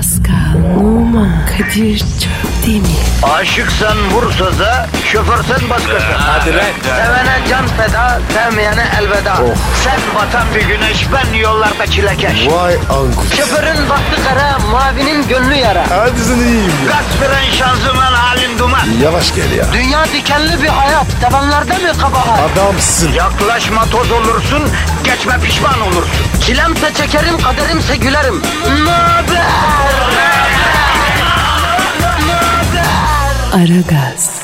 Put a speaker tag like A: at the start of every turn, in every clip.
A: Pascal, Oman, Kadir çok değil mi?
B: Aşıksan vursa da, şoförsen başkasın.
C: Hadi lan.
B: Sevene can feda, sevmeyene elveda. Sen batan bir güneş, ben yollarda çilekeş.
C: Vay anku.
B: Şoförün baktı kara, mavinin gönlü yara.
C: Hadi sen iyiyim ya.
B: Kasperen şanzıman halin duman.
C: Yavaş gel ya.
B: Dünya dikenli bir hayat, sevenlerde mi kabahar?
C: Adamsın.
B: Yaklaşma toz olursun, geçme pişman olursun. Çilemse çekerim, kaderimse gülerim. Möber!
A: Aragaz,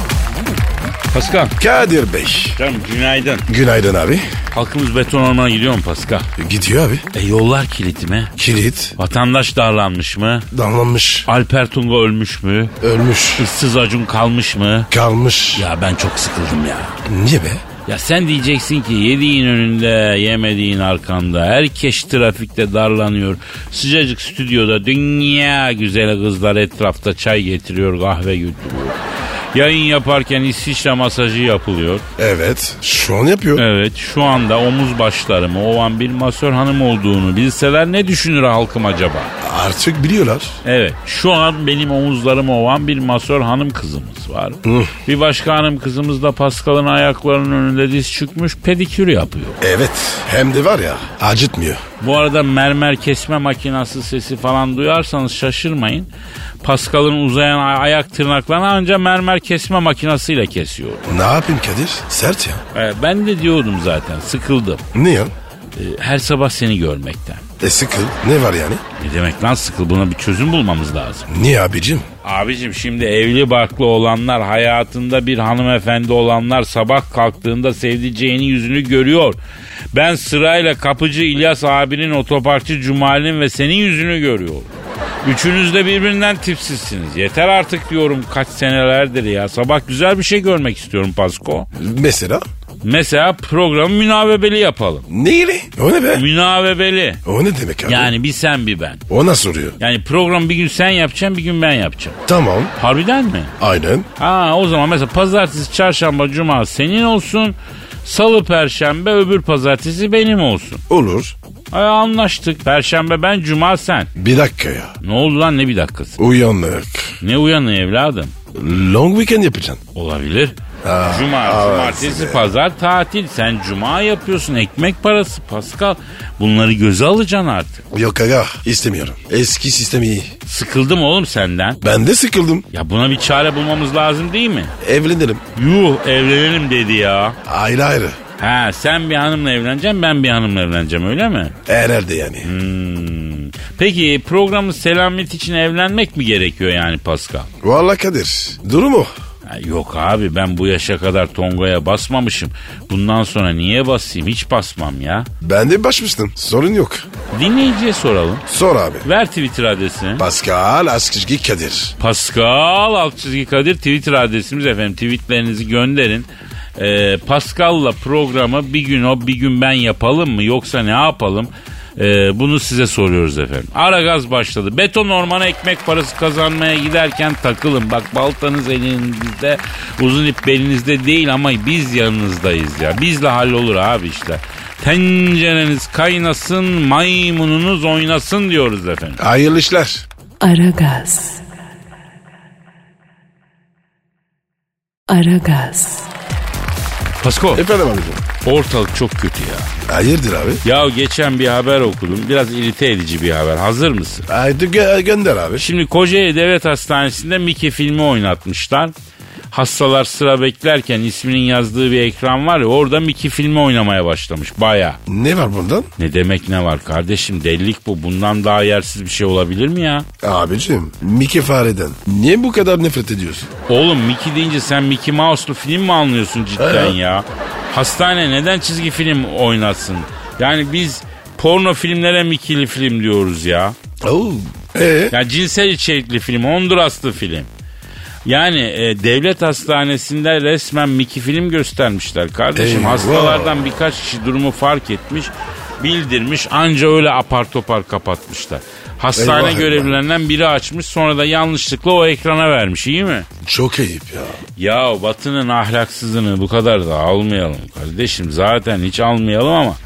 D: Pascal.
C: Kadir Bey.
D: Canım günaydın.
C: Günaydın abi.
D: Halkımız beton ormana gidiyor mu Pascal?
C: Gidiyor abi.
D: Yollar kilitli mi?
C: Kilit.
D: Vatandaş darlanmış mı?
C: Damlanmış.
D: Alper Tunga ölmüş mü?
C: Ölmüş.
D: Issız Acun kalmış mı?
C: Kalmış.
D: Ya ben çok sıkıldım ya.
C: Niye be?
D: Ya sen diyeceksin ki yediğin önünde, yemediğin arkanda. Herkes trafikte darlanıyor. Sıcacık stüdyoda dünya güzeli kızlar etrafta çay getiriyor, kahve götürüyor. Yayın yaparken İsviçre masajı yapılıyor.
C: Evet. Şu an yapıyor.
D: Evet, şu anda omuz başlarımı ovan bir masör hanım olduğunu bilseler ne düşünür halkım acaba?
C: Artık biliyorlar.
D: Evet, şu an benim omuzlarımı ovan bir masör hanım kızımız var. Bir başka hanım kızımız da Pascal'ın ayaklarının önünde diz çökmüş pedikür yapıyor.
C: Evet. Hem de var ya acıtmıyor.
D: Bu arada mermer kesme makinası sesi falan duyarsanız şaşırmayın. Pascal'ın uzayan ayak tırnaklarını ancak mermer kesme makinasıyla kesiyor.
C: Ne yapayım Kadir? Sert ya.
D: Ben de diyordum zaten, sıkıldım.
C: Niye?
D: Her sabah seni görmekten.
C: Sıkıl. Ne var yani?
D: Ne demek lan sıkıl? Buna bir çözüm bulmamız lazım.
C: Niye abicim?
D: Abicim şimdi evli barklı olanlar, hayatında bir hanımefendi olanlar sabah kalktığında sevdiceğinin yüzünü görüyor. Ben sırayla kapıcı İlyas abinin, otoparkçı Cumali'nin ve senin yüzünü görüyorum. Üçünüz de birbirinden tipsizsiniz. Yeter artık diyorum, kaç senelerdir ya. Sabah güzel bir şey görmek istiyorum Pasko.
C: Mesela?
D: Mesela programı münavebeli yapalım.
C: Neyli? O ne be?
D: Münavebeli.
C: O ne demek abi?
D: Yani bir sen bir ben.
C: O nasıl oluyor?
D: Yani program bir gün sen yapacaksın, bir gün ben yapacağım.
C: Tamam.
D: Harbiden mi?
C: Aynen.
D: Ha, o zaman mesela pazartesi, çarşamba, cuma senin olsun. Salı, perşembe, öbür pazartesi benim olsun.
C: Olur.
D: Anlaştık. Perşembe ben, cuma sen.
C: Bir dakika ya.
D: Ne oldu lan, ne bir dakikası?
C: Uyanık.
D: Ne uyanığı evladım?
C: Long weekend yapacaksın.
D: Olabilir. Cumartesi, pazar tatil. Sen cuma yapıyorsun, ekmek parası Pascal. Bunları göze alacaksın artık.
C: Yok aga, istemiyorum. Eski sistem iyi.
D: Sıkıldım oğlum senden.
C: Ben de sıkıldım.
D: Ya buna bir çare bulmamız lazım değil mi?
C: Evlenelim.
D: Yuh, evlenelim dedi ya.
C: Ayrı ayrı.
D: Ha, sen bir hanımla evleneceksin, ben bir hanımla evleneceğim, öyle mi?
C: Herhalde yani.
D: Peki programın selamet için evlenmek mi gerekiyor yani Pascal?
C: Vallahi Kadir, durumu.
D: Yok abi, ben bu yaşa kadar Tonga'ya basmamışım. Bundan sonra niye basayım? Hiç basmam ya.
C: Ben de başmıştım. Sorun yok.
D: Dinleyiciye soralım.
C: Sor abi.
D: Ver Twitter adresini.
C: Pascal Askışgi Kadir.
D: Pascal Askışgi Kadir Twitter adresimiz efendim. Tweetlerinizi gönderin. Pascal'la programı bir gün o bir gün ben yapalım mı, yoksa ne yapalım? Bunu size soruyoruz efendim. Aragaz başladı. Beton ormana ekmek parası kazanmaya giderken takılın. Bak, baltanız elinizde, uzun ip belinizde değil ama biz yanınızdayız ya. Bizle hallolur abi işte. Tencereniz kaynasın, maymununuz oynasın diyoruz efendim.
C: Hayırlı işler.
A: Aragaz. Aragaz.
D: Pasko,
C: Efendim abicim.
D: ortalık çok kötü ya.
C: Hayırdır abi?
D: Ya geçen bir haber okudum. Biraz irite edici bir haber. Hazır mısın?
C: Haydi gönder abi.
D: Şimdi Kocaeli Devlet Hastanesi'nde Mickey filmi oynatmışlar. Hastalar sıra beklerken isminin yazdığı bir ekran var ya, orada Mickey filmi oynamaya başlamış baya.
C: Ne var bundan?
D: Ne demek ne var kardeşim, delilik bu. Bundan daha yersiz bir şey olabilir mi ya?
C: Abicim, Mickey fareden. Niye bu kadar nefret ediyorsun?
D: Oğlum Mickey deyince sen Mickey Mouse'lu film mi anlıyorsun cidden ya? Hastane neden çizgi film oynatsın? Yani biz porno filmlere Mickey'li film diyoruz ya.
C: Oo.
D: Ya cinsel içerikli film, Honduraslı film. Yani devlet hastanesinde resmen Mickey film göstermişler kardeşim.
C: Eyvah.
D: Hastalardan birkaç kişi durumu fark etmiş, bildirmiş, anca öyle apar topar kapatmışlar. Hastane
C: Eyvah,
D: görevlilerinden biri açmış, sonra da yanlışlıkla o ekrana vermiş, iyi mi?
C: Çok ayıp ya.
D: Ya Batı'nın ahlaksızlığını bu kadar da almayalım kardeşim. Zaten hiç almayalım ama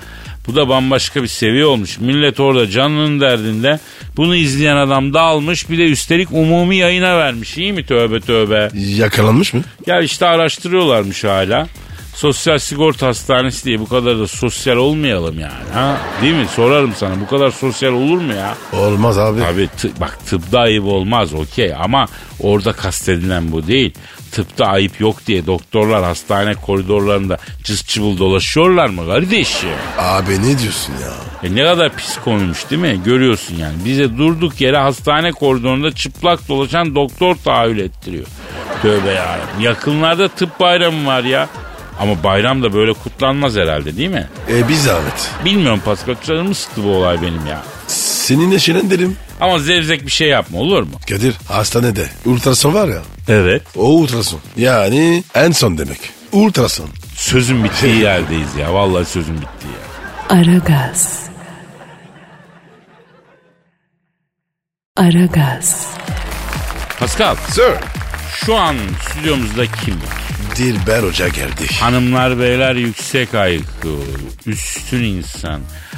D: Bu da bambaşka bir seviye olmuş. Millet orada canının derdinde. Bunu izleyen adam dağılmış, bir de üstelik umumi yayına vermiş. İyi mi? Tövbe tövbe.
C: Yakalanmış mı?
D: Ya işte araştırıyorlarmış hala. Sosyal Sigorta Hastanesi diye bu kadar da sosyal olmayalım yani. Ha? Değil mi? Sorarım sana, bu kadar sosyal olur mu ya?
C: Olmaz abi.
D: Tabii bak, tıpta ayıp olmaz, okey, ama orada kastedilen bu değil. Tıpta ayıp yok diye doktorlar hastane koridorlarında cız çıbıl dolaşıyorlar mı kardeşim?
C: Abi ne diyorsun ya?
D: Ne kadar pis konuymuş değil mi? Görüyorsun yani. Bize durduk yere hastane koridorunda çıplak dolaşan doktor tahayyül ettiriyor. Tövbe yarabbim. Yakınlarda tıp bayramı var ya. Ama bayram da böyle kutlanmaz herhalde, değil mi?
C: Bir zahmet.
D: Bilmiyorum Pascal, canımı sıktı bu olay benim ya.
C: Seninle şirinderim.
D: Ama zevzek bir şey yapma, olur mu?
C: Kadir, hastanede ultrason var ya.
D: Evet.
C: O ultrason. Yani en son demek. Ultrason.
D: Sözün bittiği yerdeyiz ya. Vallahi sözün bittiği yer.
A: Aragaz. Aragaz.
D: Pascal,
C: Sir.
D: şu an stüdyomuzda kim var?
C: Dilber Hoca geldi.
D: Hanımlar beyler, yüksek IQ, üstün insan,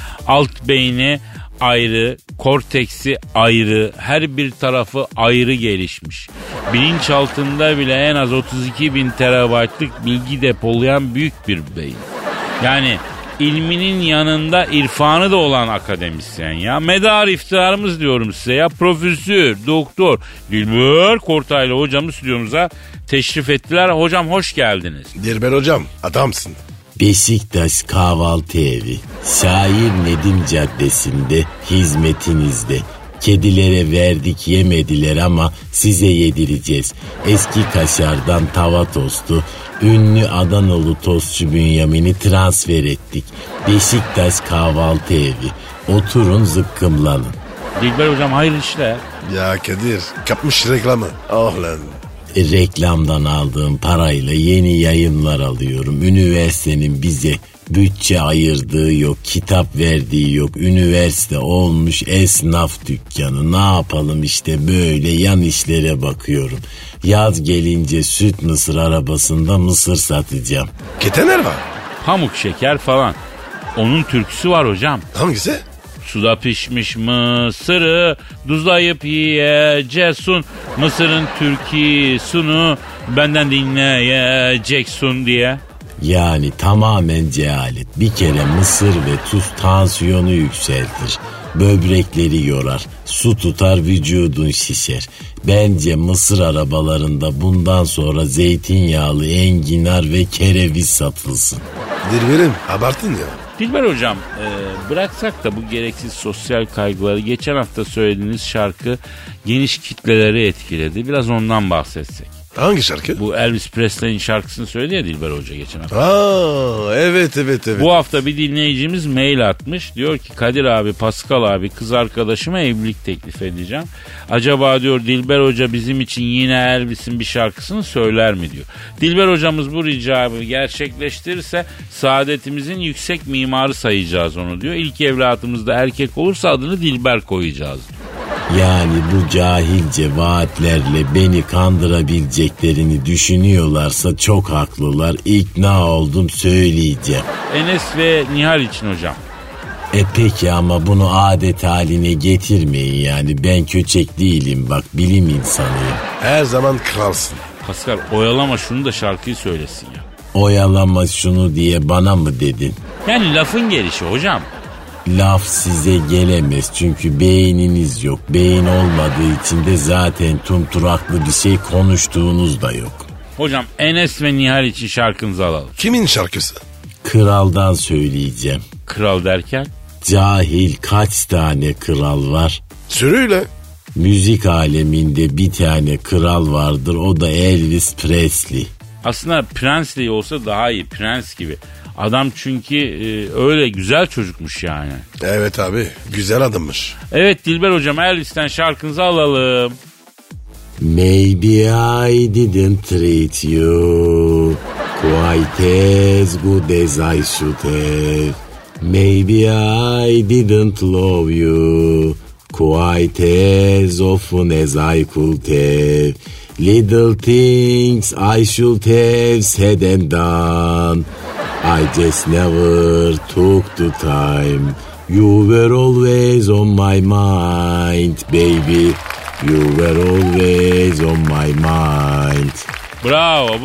D: alt beyni ayrı, korteksi ayrı, her bir tarafı ayrı gelişmiş. Bilinçaltında bile en az 32.000 terabaytlık bilgi depolayan büyük bir beyin. Yani ilminin yanında irfanı da olan akademisyen ya. Medar iftiharımız diyorum size ya. Profesör, doktor Dilber Kortaylı hocamız stüdyomuza teşrif ettiler. Hocam hoş geldiniz.
C: Dilber Hocam, adamsın.
E: Beşiktaş Kahvaltı Evi, Şair Nedim Caddesi'nde hizmetinizde. Kedilere verdik yemediler ama size yedireceğiz. Eski kaşardan tava tostu, ünlü Adanalı tostçu Bünyamin'i transfer ettik. Beşiktaş Kahvaltı Evi. Oturun zıkkımlanın.
D: Dilber hocam hayırlı işler.
C: Ya Kadir, kapmış reklamı. Oh lan.
E: Reklamdan aldığım parayla yeni yayınlar alıyorum. Üniversitenin bize bütçe ayırdığı yok, kitap verdiği yok. Üniversite olmuş esnaf dükkanı. Ne yapalım işte, böyle yan işlere bakıyorum. Yaz gelince süt mısır arabasında mısır satacağım.
C: Ketener var.
D: Pamuk şeker falan. Onun türküsü var hocam.
C: Hangisi?
D: Suda pişmiş mısırı tuzlayıp yiyeceksin. Mısırın türküsünü benden dinleyeceksin diye.
E: Yani tamamen cehalet. Bir kere mısır ve tuz tansiyonu yükseltir. Böbrekleri yorar. Su tutar, vücudun şişer. Bence mısır arabalarında bundan sonra zeytinyağlı enginar ve kereviz satılsın.
C: Dilberim, abartın ya.
D: Dilber hocam, bıraksak da bu gereksiz sosyal kaygıları, geçen hafta söylediğiniz şarkı geniş kitleleri etkiledi. Biraz ondan bahsetsek.
C: Hangi şarkı?
D: Bu Elvis Presley'in şarkısını söyledi ya Dilber Hoca geçen hafta.
C: Evet.
D: Bu hafta bir dinleyicimiz mail atmış. Diyor ki Kadir abi, Pascal abi, kız arkadaşıma evlilik teklif edeceğim. Acaba diyor Dilber Hoca bizim için yine Elvis'in bir şarkısını söyler mi diyor. Dilber hocamız bu ricayı gerçekleştirirse saadetimizin yüksek mimarı sayacağız onu diyor. İlk evlatımız da erkek olursa adını Dilber koyacağız diyor.
E: Yani bu cahilce vaatlerle beni kandırabileceklerini düşünüyorlarsa çok haklılar. İkna oldum, söyleyeceğim.
D: Enes ve Nihal için hocam.
E: Peki ama bunu adet haline getirmeyin yani. Ben köçek değilim bak, bilim insanıyım.
C: Her zaman kralsın.
D: Pascal oyalama şunu da şarkıyı söylesin ya.
E: Oyalama şunu diye bana mı dedin?
D: Yani lafın gelişi hocam.
E: Laf size gelemez çünkü beyniniz yok. Beyin olmadığı için de zaten tumturaklı bir şey konuştuğunuz da yok.
D: Hocam Enes ve Nihal için şarkınızı alalım.
C: Kimin şarkısı?
E: Kraldan söyleyeceğim.
D: Kral derken?
E: Cahil kaç tane kral var?
C: Sürüyle.
E: Müzik aleminde bir tane kral vardır, o da Elvis Presley.
D: Aslında Presley olsa daha iyi, prens gibi. Adam çünkü öyle güzel çocukmuş yani.
C: Evet abi, güzel adammış.
D: Evet Dilber hocam, Elvis'ten şarkınızı alalım.
E: Maybe I didn't treat you quite as good as I should have. Maybe I didn't love you quite as often as I could have. Little things I should have said and done. I just never took the time. You were always on my mind baby. You were always on my mind.
D: Bravo.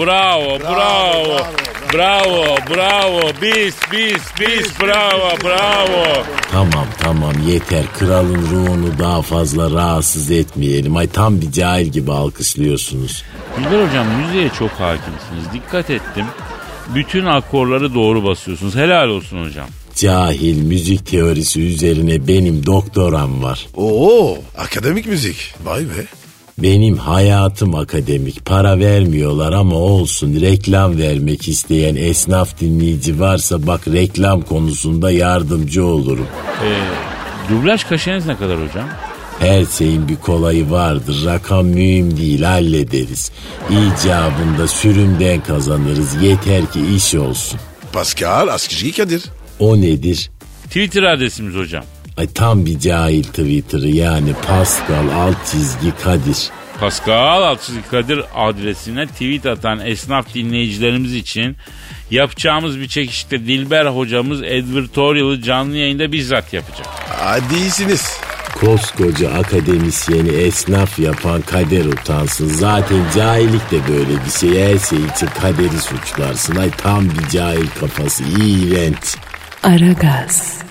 D: Bis, bravo.
E: Tamam yeter. Kralın ruhunu daha fazla rahatsız etmeyelim. Ay tam bir cahil gibi alkışlıyorsunuz.
D: Dilber hocam müziğe çok hakimsiniz. Dikkat ettim. Bütün akorları doğru basıyorsunuz. Helal olsun hocam.
E: Cahil müzik teorisi üzerine benim doktoram var.
C: Oo, akademik müzik. Vay be.
E: Benim hayatım akademik. Para vermiyorlar ama olsun. Reklam vermek isteyen esnaf dinleyici varsa bak reklam konusunda yardımcı olurum.
D: Dublaj kaşeniz ne kadar hocam?
E: Her şeyin bir kolayı vardır. Rakam mühim değil, hallederiz. İcabında sürümden kazanırız. Yeter ki iş olsun.
C: Pascal Askizgi Kadir.
E: O nedir?
D: Twitter adresimiz hocam.
E: Ay tam bir cahil Twitter'ı yani Pascal Kadir.
D: Pascal Kadir adresine tweet atan esnaf dinleyicilerimiz için yapacağımız bir çekişte Dilber hocamız advertorial'ı canlı yayında bizzat yapacak.
C: Hadi iyisiniz.
E: Koskoca akademisyeni esnaf yapan kader utansın. Zaten cahillik de böyle bir şey. Her şey için kaderi suçlarsın. Ay tam bir cahil kafası. İğrenç.
A: Aragaz.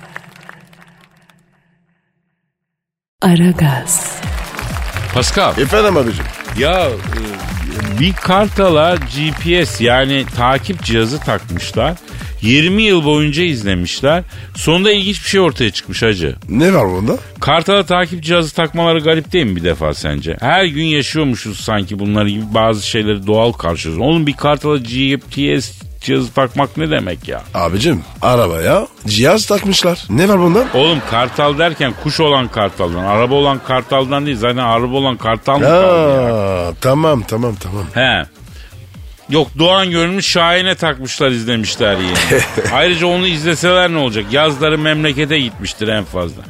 D: Pascal.
C: Efendim abicim.
D: Ya bir kartala GPS yani takip cihazı takmışlar. 20 yıl boyunca izlemişler. Sonunda ilginç bir şey ortaya çıkmış hacı.
C: Ne var bunda?
D: Kartala takip cihazı takmaları garip değil mi bir defa sence? Her gün yaşıyormuşuz sanki bunları gibi bazı şeyleri doğal karşılıyoruz. Oğlum bir kartala GPS cihazı takmak ne demek ya?
C: Abicim arabaya cihaz takmışlar. Ne var bundan?
D: Oğlum kartal derken kuş olan kartaldan, araba olan kartaldan değil. Zaten araba olan kartal mı kaldı ya?
C: Tamam.
D: He. Yok Doğan görünmüş Şahin'e takmışlar izlemişler yine. Ayrıca onu izleseler ne olacak? Yazları memlekete gitmiştir en fazla.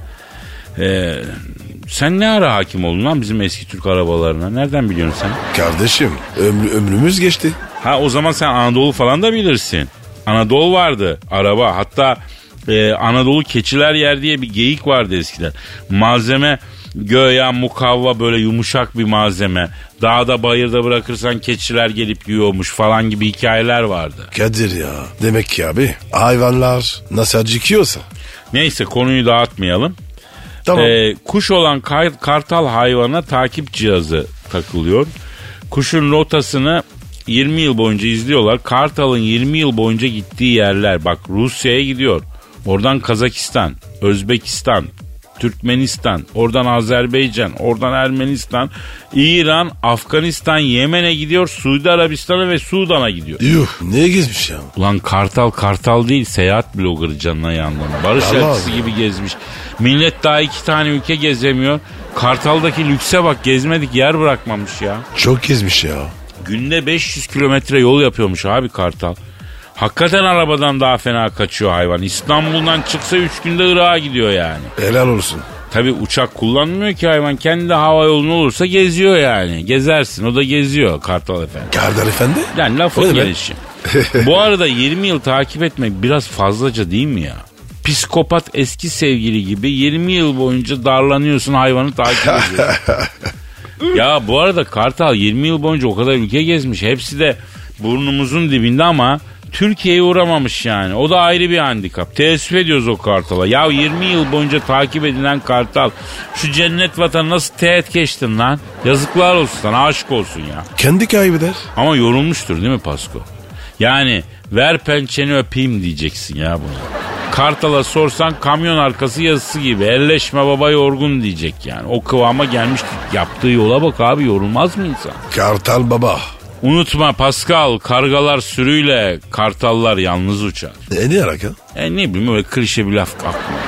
D: Sen ne ara hakim oldun lan bizim eski Türk arabalarına? Nereden biliyorsun sen?
C: Kardeşim ömrümüz geçti.
D: Ha o zaman sen Anadolu falan da bilirsin. Anadolu vardı araba. Hatta Anadolu keçiler yer diye bir geyik vardı eskiden. Malzeme göya mukavva böyle yumuşak bir malzeme. Dağda bayırda bırakırsan keçiler gelip yiyormuş falan gibi hikayeler vardı.
C: Kadir ya demek ki abi hayvanlar nasıl acıkıyorsa.
D: Neyse konuyu dağıtmayalım.
C: Tamam.
D: Kuş olan kartal hayvana takip cihazı takılıyor. Kuşun rotasını 20 yıl boyunca izliyorlar. Kartal'ın 20 yıl boyunca gittiği yerler bak Rusya'ya gidiyor. Oradan Kazakistan, Özbekistan, Türkmenistan, oradan Azerbaycan, oradan Ermenistan, İran, Afganistan, Yemen'e gidiyor, Suudi Arabistan'a ve Sudan'a gidiyor.
C: Yuh ne gezmiş ya.
D: Ulan kartal değil seyahat bloggerı canına yandım. Barış elçisi gibi gezmiş. Millet daha 2 tane ülke gezemiyor. Kartal'daki lükse bak gezmedik yer bırakmamış ya.
C: Çok gezmiş ya.
D: Günde 500 kilometre yol yapıyormuş abi kartal. Hakikaten arabadan daha fena kaçıyor hayvan. İstanbul'dan çıksa 3 günde Irak'a gidiyor yani.
C: Helal olsun.
D: Tabii uçak kullanmıyor ki hayvan. Kendi hava yolunu olursa geziyor yani. Gezersin o da geziyor kartal efendi.
C: Kartal efendi?
D: Yani lafın gelişi. Bu arada 20 yıl takip etmek biraz fazlaca değil mi ya? Psikopat eski sevgili gibi 20 yıl boyunca darlanıyorsun hayvanı takip ediyorsun. Ya bu arada kartal 20 yıl boyunca o kadar ülke gezmiş. Hepsi de burnumuzun dibinde ama Türkiye'ye uğramamış yani. O da ayrı bir handikap. Teessüf ediyoruz o kartala. Ya 20 yıl boyunca takip edilen kartal şu cennet vatanı nasıl teğet geçtin lan? Yazıklar olsun sana, aşık olsun ya.
C: Kendi kaybeder.
D: Ama yorulmuştur değil mi Pasko? Yani ver pençeni öpeyim diyeceksin ya bunu. Kartala sorsan kamyon arkası yazısı gibi elleşme baba yorgun diyecek yani. O kıvama gelmiş, yaptığı yola bak abi, yorulmaz mı insan?
C: Kartal baba.
D: Unutma Pascal, kargalar sürüyle, kartallar yalnız uçar.
C: Ne alaka?
D: Ne bileyim öyle klişe bir laf aklıma.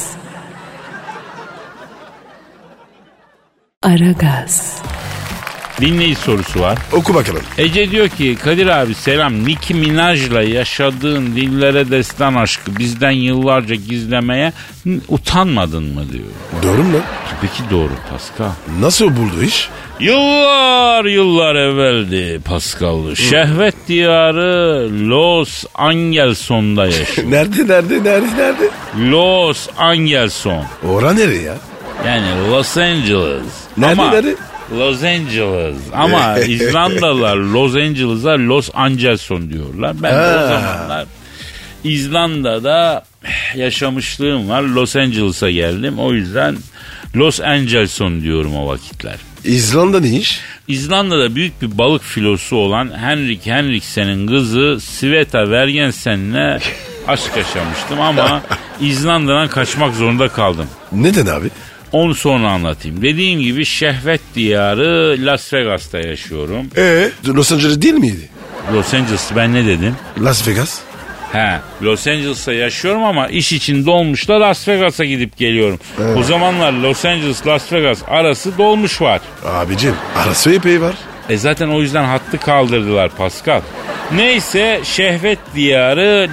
A: Aragaz.
D: Dinleyici sorusu var.
C: Oku bakalım.
D: Ece diyor ki Kadir abi selam. Nicki Minaj'la yaşadığın dillere destan aşkı bizden yıllarca gizlemeye utanmadın mı diyor.
C: Doğru mu lan?
D: Tabii ki doğru Pascal.
C: Nasıl buldu iş?
D: Yıllar evveldi Pascal. Şehvet diyarı Los Angeles'onda yaşıyor.
C: Nerede?
D: Los Angeles'on.
C: Ora nereye ya?
D: Yani Los Angeles.
C: Nerede?
D: Los Angeles. Ama İzlandalılar Los Angeles'a Los Angeles'on diyorlar. Ben de o zamanlar İzlanda'da yaşamışlığım var. Los Angeles'a geldim. O yüzden Los Angeles'on diyorum o vakitler.
C: İzlanda ne iş?
D: İzlanda'da büyük bir balık filosu olan Henrik Henriksen'in kızı Sveta Vergensen'le aşk yaşamıştım ama İzlanda'dan kaçmak zorunda kaldım.
C: Neden abi?
D: Onu sonra anlatayım. Dediğim gibi şehvet diyarı Las Vegas'ta yaşıyorum.
C: Los Angeles değil miydi?
D: Los Angeles ben ne dedim?
C: Las Vegas.
D: Los Angeles'ta yaşıyorum ama iş için dolmuşla Las Vegas'a gidip geliyorum. O zamanlar Los Angeles Las Vegas arası dolmuş var.
C: Abicim arası epey var.
D: Zaten o yüzden hattı kaldırdılar Pascal. Neyse şehvet diyarı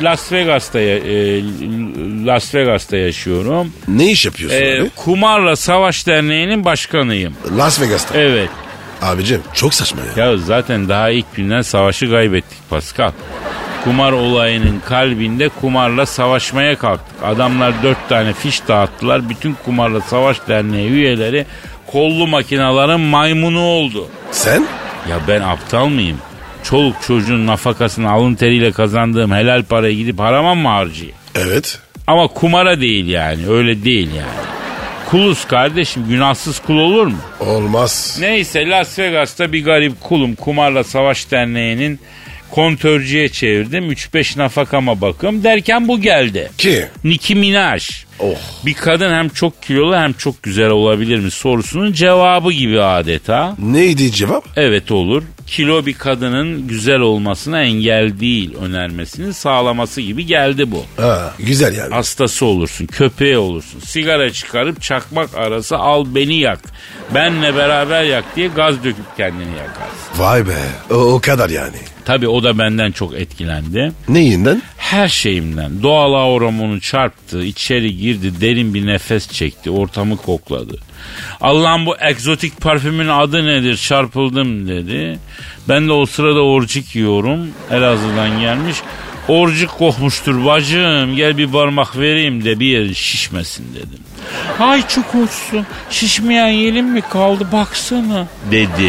D: Las Vegas'ta yaşıyorum.
C: Ne iş yapıyorsun abi?
D: Kumarla Savaş Derneği'nin başkanıyım.
C: Las Vegas'ta.
D: Evet.
C: Abicim çok saçma ya.
D: Ya zaten daha ilk günden savaşı kaybettik Pascal. Kumar olayının kalbinde kumarla savaşmaya kalktık. Adamlar 4 tane fiş dağıttılar. Bütün Kumarla Savaş Derneği üyeleri kollu makinaların maymunu oldu.
C: Sen?
D: Ya ben aptal mıyım? Çoluk çocuğun nafakasını alın teriyle kazandığım helal paraya gidip harama mı harcayayım?
C: Evet.
D: Ama kumara değil yani, öyle değil yani. Kuluz kardeşim, günahsız kul olur mu?
C: Olmaz.
D: Neyse Las Vegas'ta bir garip kulum. Kumarla Savaş Derneği'nin kontörcüye çevirdim. 3-5 nafakama bakım derken bu geldi.
C: Ki?
D: Nicki Minaj.
C: Oh.
D: Bir kadın hem çok kilolu hem çok güzel olabilir mi sorusunun cevabı gibi adeta.
C: Neydi cevap?
D: Evet olur. Kilo bir kadının güzel olmasına engel değil önermesini sağlaması gibi geldi bu.
C: Güzel yani.
D: Hastası olursun, köpeği olursun. Sigara çıkarıp çakmak arası al beni yak. Benle beraber yak diye gaz döküp kendini yakarsın.
C: Vay be. O kadar yani.
D: Tabii o da benden çok etkilendi.
C: Neyinden?
D: Her şeyimden. Doğal hormonu çarptı, içeri girdi, derin bir nefes çekti, ortamı kokladı. Allah'ım bu egzotik parfümün adı nedir? Çarpıldım dedi. Ben de o sırada orcik yiyorum. Elazığ'dan gelmiş. Orcik kokmuştur bacım. Gel bir parmak vereyim de bir yerin şişmesin dedim. Ay çok hoşsun. Şişmeyen yerim mi kaldı baksana dedi.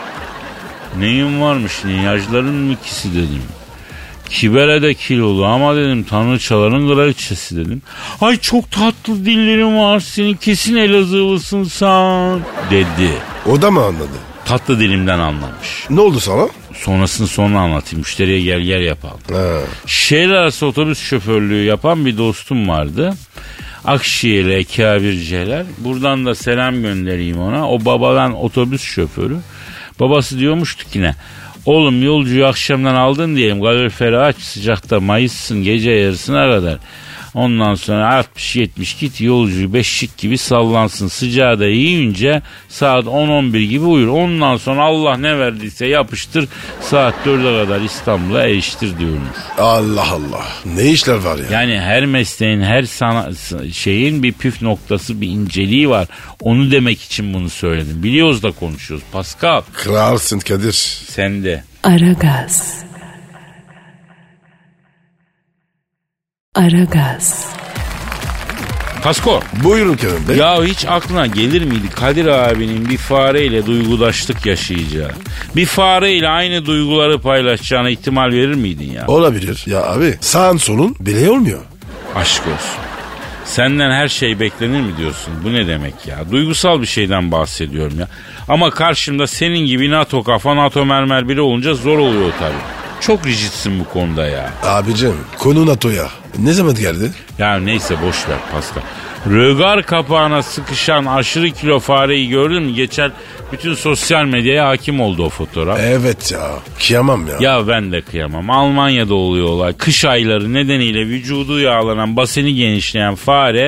D: Neyin varmış niyajların mı ikisi dedim. Kibere de kilolu ama dedim tanrıçaların kraliçesi dedim. Ay çok tatlı dillerin var senin kesin Elazığlısın sen dedi.
C: O da mı anladı?
D: Tatlı dilimden anlamış.
C: Ne oldu sana?
D: Sonrasını sonra anlatayım. Müşteriye gel yapalım. Şehir arası otobüs şoförlüğü yapan bir dostum vardı. Akşehirli ekabirceler. Buradan da selam göndereyim ona. O babadan otobüs şoförü. Babası diyormuştu ki ne? Oğlum yolcuyu akşamdan aldın diyelim. Kaloriferi aç sıcakta mayışsın gece yarısına kadar. Ondan sonra 60-70 git yolcuyu beşik gibi sallansın. Sıcağı da yiyince saat 10-11 gibi uyur. Ondan sonra Allah ne verdiyse yapıştır. Saat 4'e kadar İstanbul'a eriştir diyormuş.
C: Allah Allah. Ne işler var ya?
D: Yani her mesleğin her şeyin bir püf noktası bir inceliği var. Onu demek için bunu söyledim. Biliyoruz da konuşuyoruz. Pascal.
C: Kralsın Kadir.
D: Sen de.
A: Aragaz. Aragaz.
D: Pasko.
C: Buyurun Kerem Bey.
D: Ya hiç aklına gelir miydi Kadir abinin bir fareyle duygudaşlık yaşayacağı? Bir fareyle aynı duyguları paylaşacağına ihtimal verir miydin ya?
C: Olabilir. Ya abi sağın solun bile olmuyor.
D: Aşk olsun. Senden her şey beklenir mi diyorsun? Bu ne demek ya? Duygusal bir şeyden bahsediyorum ya. Ama karşımda senin gibi NATO kafa, NATO mermer biri olunca zor oluyor tabii. Çok rigidsin bu konuda ya.
C: Abicim konu NATO'ya. Ne zaman geldi?
D: Ya neyse boş ver Pascal. Rögar kapağına sıkışan aşırı kilo fareyi gördün mü? Geçen bütün sosyal medyaya hakim oldu o fotoğraf.
C: Evet ya. Kıyamam ya.
D: Ya ben de kıyamam. Almanya'da oluyor olay. Kış ayları nedeniyle vücudu yağlanan, baseni genişleyen fare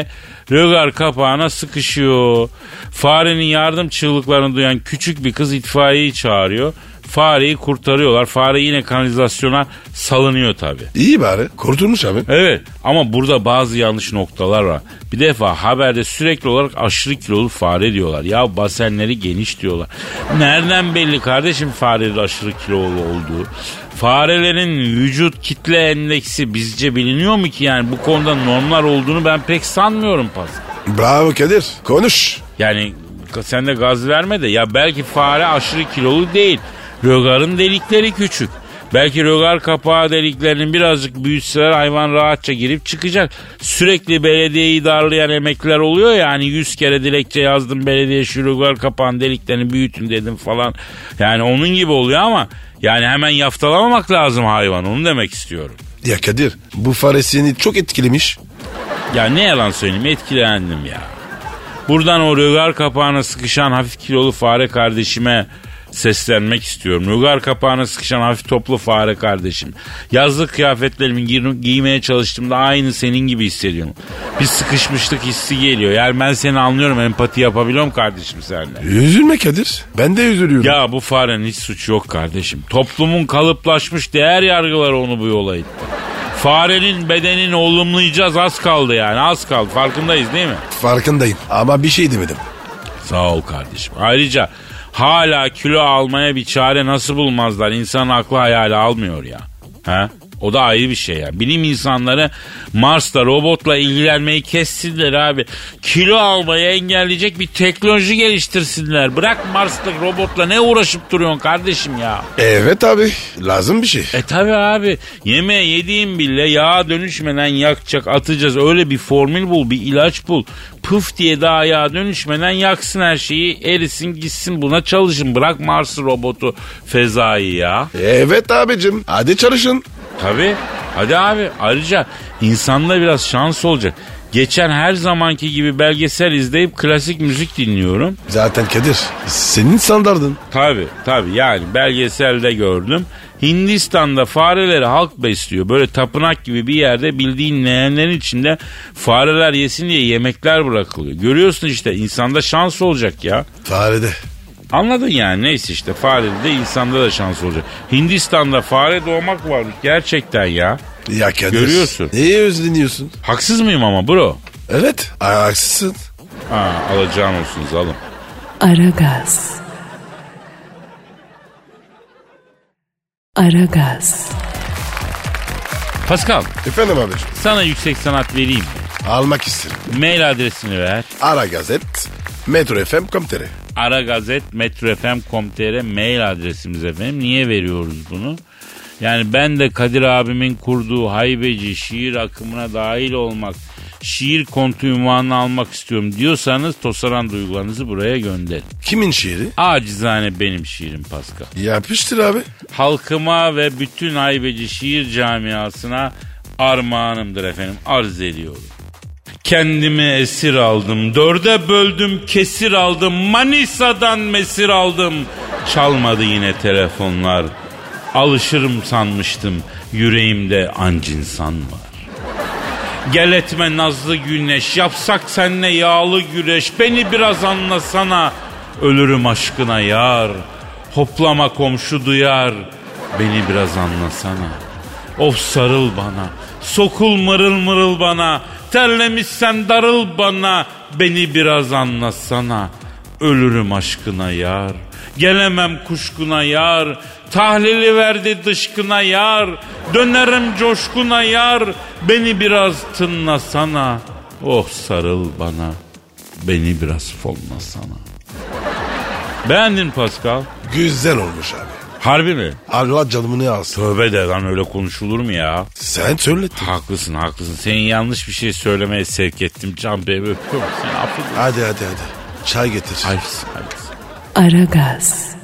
D: rögar kapağına sıkışıyor. Farenin yardım çığlıklarını duyan küçük bir kız itfaiyeyi çağırıyor. Fareyi kurtarıyorlar. Fare yine kanalizasyona salınıyor tabii.
C: İyi bari. Kurtulmuş abi.
D: Evet ama burada bazı yanlış noktalar var. Bir defa haberde sürekli olarak aşırı kilolu fare diyorlar. Ya basenleri geniş diyorlar. Nereden belli kardeşim farenin aşırı kilolu olduğu? Farelerin vücut kitle endeksi bizce biliniyor mu ki yani? Bu konuda normlar olduğunu ben pek sanmıyorum Pascal.
C: Bravo Kadir. Konuş.
D: Yani sen de gaz verme de ya belki fare aşırı kilolu değil. Rögarın delikleri küçük. Belki rögar kapağı deliklerinin birazcık büyütseler hayvan rahatça girip çıkacak. Sürekli belediyeyi darlayan emekliler oluyor ya hani 100 kere dilekçe yazdım belediye şu rögar kapağın deliklerini büyütün dedim falan. Yani onun gibi oluyor ama yani hemen yaftalamamak lazım hayvan onu demek istiyorum.
C: Ya Kadir bu fare seni çok etkilemiş.
D: Ya ne yalan söyleyeyim etkilendim ya. Buradan o rögar kapağına sıkışan hafif kilolu fare kardeşime seslenmek istiyorum. Rögar kapağına sıkışan hafif toplu fare kardeşim. Yazlık kıyafetlerimi giymeye çalıştığımda aynı senin gibi hissediyorum. Bir sıkışmışlık hissi geliyor. Yani ben seni anlıyorum, empati yapabiliyorum kardeşim seninle.
C: Üzülme Kadir. Ben de üzülüyorum.
D: Ya bu farenin hiç suçu yok kardeşim. Toplumun kalıplaşmış değer yargıları onu bu yola itti. Farenin bedenini olumlayacağız az kaldı yani az kaldı. Farkındayız değil mi?
C: Farkındayım ama bir şey demedim.
D: Sağ ol kardeşim. Ayrıca hala kilo almaya bir çare nasıl bulmazlar? İnsanın aklı hayali almıyor ya. Ha? O da ayrı bir şey ya. Bilim insanları Mars'ta robotla ilgilenmeyi kessinler abi. Kilo almayı engelleyecek bir teknoloji geliştirsinler. Bırak Mars'taki robotla ne uğraşıp duruyorsun kardeşim ya?
C: Evet abi lazım bir şey.
D: Tabi abi yemeğe yediğin bile yağa dönüşmeden yakacak atacağız. Öyle bir formül bul bir ilaç bul. Pıf diye daha yağa dönüşmeden yaksın her şeyi erisin gitsin buna çalışın. Bırak Mars'ı robotu fezayı ya.
C: Evet abicim hadi çalışın.
D: Tabii. Hadi abi. Ayrıca insanda biraz şans olacak. Geçen her zamanki gibi belgesel izleyip klasik müzik dinliyorum.
C: Zaten Kadir senin standardın.
D: Tabii yani belgeselde gördüm. Hindistan'da fareleri halk besliyor. Böyle tapınak gibi bir yerde bildiğin leğenlerin içinde fareler yesin diye yemekler bırakılıyor. Görüyorsun işte insanda şans olacak ya.
C: Farede.
D: Anladın yani neyse işte farede de insanda da şans olacak. Hindistan'da fare doğmak var gerçekten ya.
C: Ya Kadir.
D: Görüyorsun.
C: Neye özleniyorsun?
D: Haksız mıyım ama bro?
C: Evet haksızsın.
D: Alacağın olsun zalım.
A: Aragaz. Aragaz.
D: Pascal
C: Efendim abicim.
D: sana yüksek sanat vereyim mi?
C: Almak isterim.
D: Mail adresini ver.
C: aragazet.metrofm.com.tr
D: aragazet.metrofm.com.tr mail adresimiz efendim. Niye veriyoruz bunu? Yani ben de Kadir abimin kurduğu haybeci şiir akımına dahil olmak, şiir kontu unvanını almak istiyorum diyorsanız tosaran duygularınızı buraya gönderin.
C: Kimin şiiri?
D: Acizane benim şiirim Pascal.
C: Yapıştır abi.
D: Halkıma ve bütün haybeci şiir camiasına armağanımdır efendim. Arz ediyorum. Kendimi esir aldım, dörde böldüm, kesir aldım, Manisa'dan mesir aldım. Çalmadı yine telefonlar. Alışırım sanmıştım, yüreğimde ancinsan var. Gel etme nazlı güneş, yapsak seninle yağlı güreş. Beni biraz anlasana, ölürüm aşkına yar. Hoplama komşu duyar, beni biraz anlasana. Of sarıl bana, sokul mırıl mırıl bana. Terlemişsen darıl bana, beni biraz anlasana. Ölürüm aşkına yar, gelemem kuşkuna yar. Tahlili verdi dışkına yar, dönerim coşkuna yar. Beni biraz tınlasana, oh sarıl bana. Beni biraz fonlasana. Beğendin Pascal?
C: Güzel olmuş abi.
D: Harbi mi?
C: Allah canımını alsın.
D: Tövbe de lan öyle konuşulur mu ya?
C: Sen söylettin.
D: Haklısın. Senin yanlış bir şey söylemeye sevk ettim. Can Bey öpüyorum seni affedersin.
C: Hadi. Çay getir.
D: Hayır.
A: Aragaz.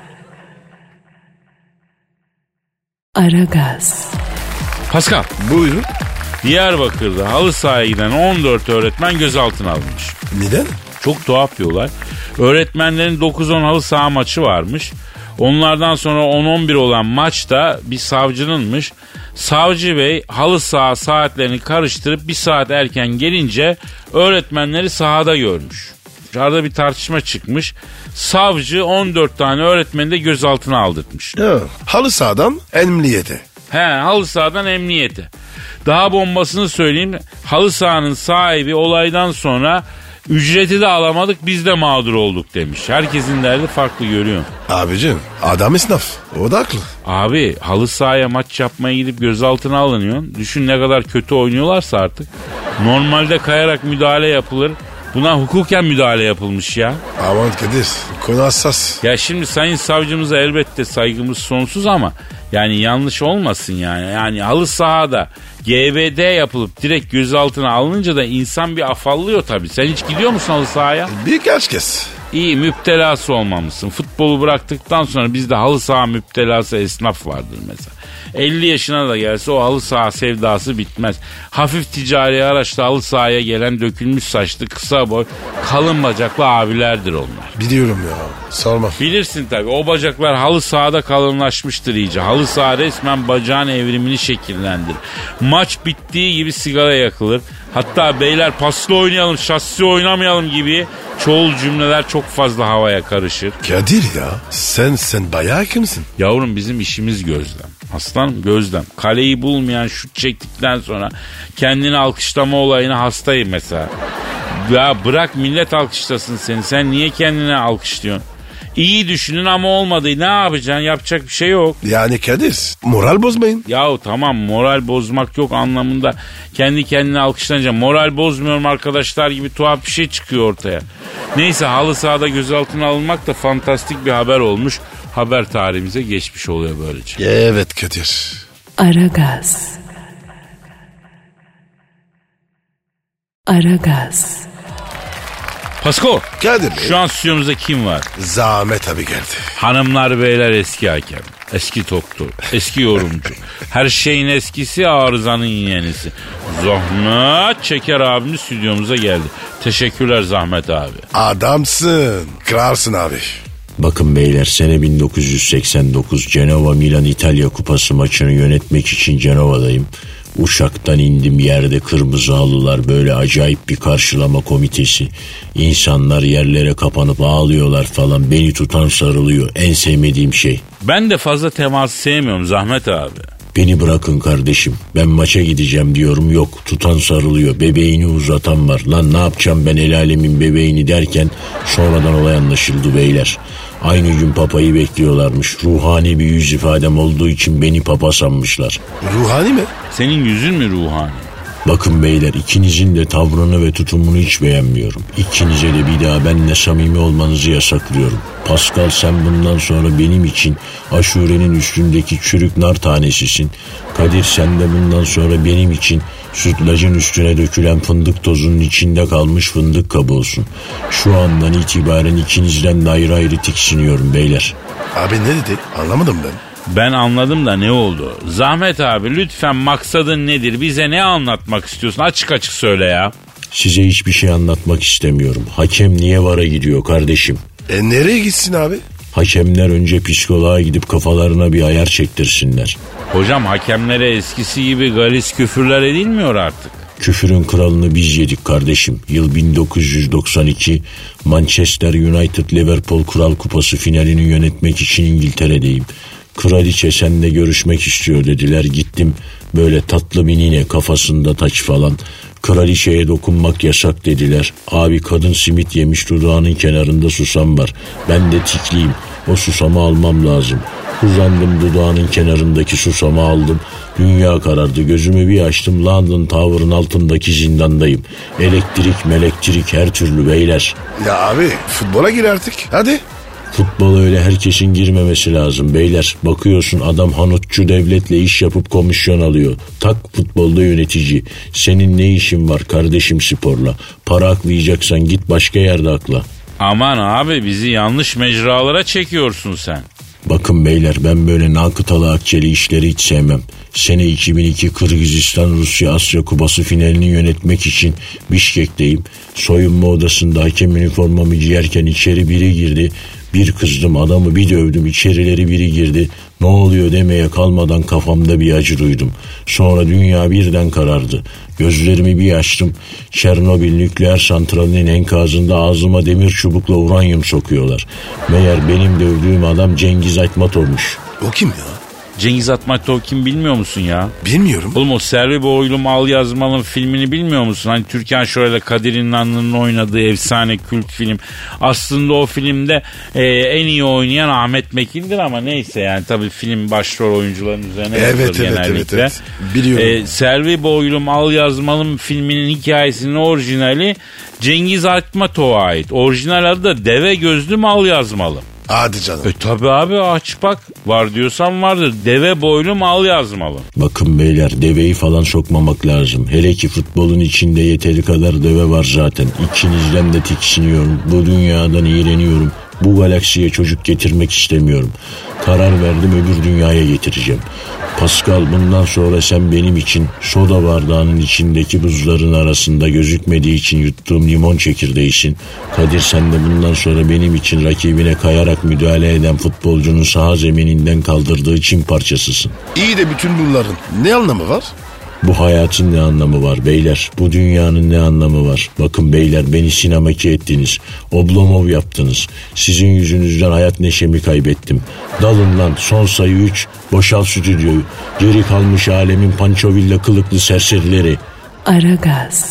D: Pascal.
C: Buyurun.
D: Diyarbakır'da halı sahaya giden 14 öğretmen gözaltına alınmış.
C: Neden?
D: Çok tuhaf bir olay. Öğretmenlerin 9-10 halı saha maçı varmış. Onlardan sonra 10-11 olan maçta bir savcınınmış. Savcı Bey halı saha saatlerini karıştırıp bir saat erken gelince öğretmenleri sahada görmüş. Arada bir tartışma çıkmış. Savcı 14 tane öğretmeni de gözaltına aldırtmış.
C: Ya, halı sahadan emniyete.
D: Halı sahadan emniyete. Daha bombasını söyleyeyim. Halı sahanın sahibi olaydan sonra ücreti de alamadık, biz de mağdur olduk demiş. Herkesin derdi farklı, görüyorum.
C: Abicim adam esnaf. O da haklı.
D: Abi halı sahaya maç yapmaya gidip gözaltına alınıyorsun. Düşün ne kadar kötü oynuyorlarsa artık. Normalde kayarak müdahale yapılır. Buna hukuken müdahale yapılmış ya.
C: Aman Kadir, konu hassas.
D: Ya şimdi sayın savcımıza elbette saygımız sonsuz ama yani yanlış olmasın yani. Yani halı sahada GBD yapılıp direkt gözaltına alınınca da insan bir afallıyor tabii. Sen hiç gidiyor musun halı sahaya?
C: Birkaç kez.
D: İyi, müptelası olmamışsın. Futbolu bıraktıktan sonra bizde halı saha müptelası esnaf vardır mesela. 50 yaşına da gelse o halı saha sevdası bitmez. Hafif ticari araçla halı sahaya gelen dökülmüş saçlı, kısa boy, kalın bacaklı abilerdir onlar.
C: Biliyorum ya, sorma.
D: Bilirsin tabii, o bacaklar halı sahada kalınlaşmıştır iyice. Halı saha resmen bacağın evrimini şekillendirir. Maç bittiği gibi sigara yakılır. Hatta beyler paslı oynayalım, şahsi oynamayalım gibi çoğul cümleler çok fazla havaya karışır.
C: Kadir ya, sen bayağı kimsin?
D: Yavrum bizim işimiz gözlem. Aslanım gözlem. Kaleyi bulmayan şut çektikten sonra kendini alkışlama olayına hastayım mesela. Ya bırak millet alkışlasın seni. Sen niye kendine alkışlıyorsun? İyi düşünün ama olmadı. Ne yapacaksın? Yapacak bir şey yok.
C: Yani Kadir, moral bozmayın.
D: Yahu tamam, moral bozmak yok anlamında kendi kendine alkışlanacak. Moral bozmuyorum arkadaşlar gibi tuhaf bir şey çıkıyor ortaya. Neyse, halı sahada gözaltına alınmak da fantastik bir haber olmuş. Haber tarihimize geçmiş oluyor böylece.
C: Evet Kadir.
A: Aragaz. Aragaz.
D: Pasko.
C: Kadir Bey.
D: Şu an stüdyomuzda kim var?
C: Zahmet abi geldi.
D: Hanımlar beyler, eski hakem, eski topçu, eski yorumcu. Her şeyin eskisi, arızanın yenisi. Zahmet Çeker abimiz stüdyomuza geldi. Teşekkürler Zahmet abi.
C: Adamsın. Kralsın abi.
E: Bakın beyler, sene 1989 Cenova Milan İtalya Kupası maçını yönetmek için Cenova'dayım. Uçaktan indim, yerde kırmızı halılar, böyle acayip bir karşılama komitesi. İnsanlar yerlere kapanıp ağlıyorlar falan, beni tutan sarılıyor, en sevmediğim şey.
D: Ben de fazla teması sevmiyorum Zahmet abi.
E: Beni bırakın kardeşim, ben maça gideceğim diyorum, yok, tutan sarılıyor, bebeğini uzatan var. Lan ne yapacağım ben el alemin bebeğini derken sonradan olay anlaşıldı beyler. Aynı gün papayı bekliyorlarmış. Ruhani bir yüz ifadem olduğu için beni papa sanmışlar.
C: Ruhani mi?
D: Senin yüzün mü ruhani?
E: Bakın beyler, ikinizin de tavrını ve tutumunu hiç beğenmiyorum. İkinize de bir daha benimle samimi olmanızı yasaklıyorum. Pascal, sen bundan sonra benim için aşurenin üstündeki çürük nar tanesisin. Kadir, sen de bundan sonra benim için sütlacın üstüne dökülen fındık tozunun içinde kalmış fındık kabuğusun. Şu andan itibaren ikinizden de ayrı ayrı tiksiniyorum beyler.
C: Abi ne dedi? Anlamadım ben.
D: Ben anladım da ne oldu? Zahmet abi lütfen maksadın nedir? Bize ne anlatmak istiyorsun? Açık açık söyle ya.
E: Size hiçbir şey anlatmak istemiyorum. Hakem niye VAR'a gidiyor kardeşim?
C: Nereye gitsin abi?
E: Hakemler önce psikoloğa gidip kafalarına bir ayar çektirsinler.
D: Hocam hakemlere eskisi gibi galis küfürler edilmiyor artık.
E: Küfürün kralını biz yedik kardeşim. Yıl 1992, Manchester United Liverpool Kral Kupası finalini yönetmek için İngiltere'deyim. Kraliçe seninle görüşmek istiyor dediler. Gittim, böyle tatlı bir nine, kafasında taç falan. Kraliçeye dokunmak yasak dediler. Abi kadın simit yemiş, dudağının kenarında susam var. Ben de tikliyim, o susamı almam lazım. Uzandım, dudağının kenarındaki susamı aldım. Dünya karardı, gözümü bir açtım, London Tower'ın altındaki zindandayım. Elektrik her türlü beyler.
C: Ya abi futbola gir artık hadi.
E: Futbol öyle herkesin girmemesi lazım beyler. Bakıyorsun adam hanutçu devletle iş yapıp komisyon alıyor. Tak futbolda yönetici. Senin ne işin var kardeşim sporla? Para aklayacaksan git başka yerde akla.
D: Aman abi, bizi yanlış mecralara çekiyorsun sen.
E: Bakın beyler, ben böyle nakıtalı akçeli işleri hiç sevmem. Sene 2002 Kırgızistan-Rusya Asya Kupası finalini yönetmek için Bişkek'teyim. Soyunma odasında hakem üniformamı giyerken içeri biri girdi. Bir kızdım, adamı bir dövdüm, içerileri biri girdi. Ne oluyor demeye kalmadan kafamda bir acı duydum. Sonra dünya birden karardı. Gözlerimi bir açtım. Çernobil nükleer santralinin enkazında ağzıma demir çubukla uranyum sokuyorlar. Meğer benim dövdüğüm adam Cengiz Aytmatov'muş.
C: O kim ya?
D: Cengiz Aytmatov kim bilmiyor musun ya?
C: Bilmiyorum.
D: Oğlum o Servi Boylum Al Yazmalım filmini bilmiyor musun? Hani Türkan Şoray'la Kadir İnanlı'nın oynadığı efsane kült film. Aslında o filmde en iyi oynayan Ahmet Mekin'dir ama neyse yani tabii film başrol oyuncuların üzerine
C: evet,
D: genellikle.
C: Evet. Biliyorum.
D: Servi Boylum Al Yazmalım filminin hikayesinin orijinali Cengiz Aytmatov'a ait. Orijinal adı da Deve Gözlüm Al Yazmalım.
C: Hadi canım.
D: Tabii abi aç bak. Var diyorsan vardır. Deve boylum al yazmalı.
E: Bakın beyler, deveyi falan sokmamak lazım. Hele ki futbolun içinde yeteri kadar deve var zaten. İkinizden de tiksiniyorum. Bu dünyadan iğreniyorum. Bu galaksiye çocuk getirmek istemiyorum. Karar verdim, öbür dünyaya getireceğim. Pascal, bundan sonra sen benim için soda bardağının içindeki buzların arasında gözükmediği için yuttuğum limon çekirdeğisin. Kadir, sen de bundan sonra benim için rakibine kayarak müdahale eden futbolcunun saha zemininden kaldırdığı çim parçasısın.
C: İyi de bütün bunların ne anlamı var?
E: Bu hayatın ne anlamı var beyler? Bu dünyanın ne anlamı var? Bakın beyler, beni sinemaki ettiniz. Oblomov yaptınız. Sizin yüzünüzden hayat neşemi kaybettim. Dalın lan, son sayı 3. Boşalt stüdyoyu. Geri kalmış alemin pançovilla kılıklı serserileri.
A: Aragaz.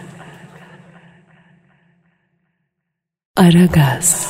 A: Aragaz.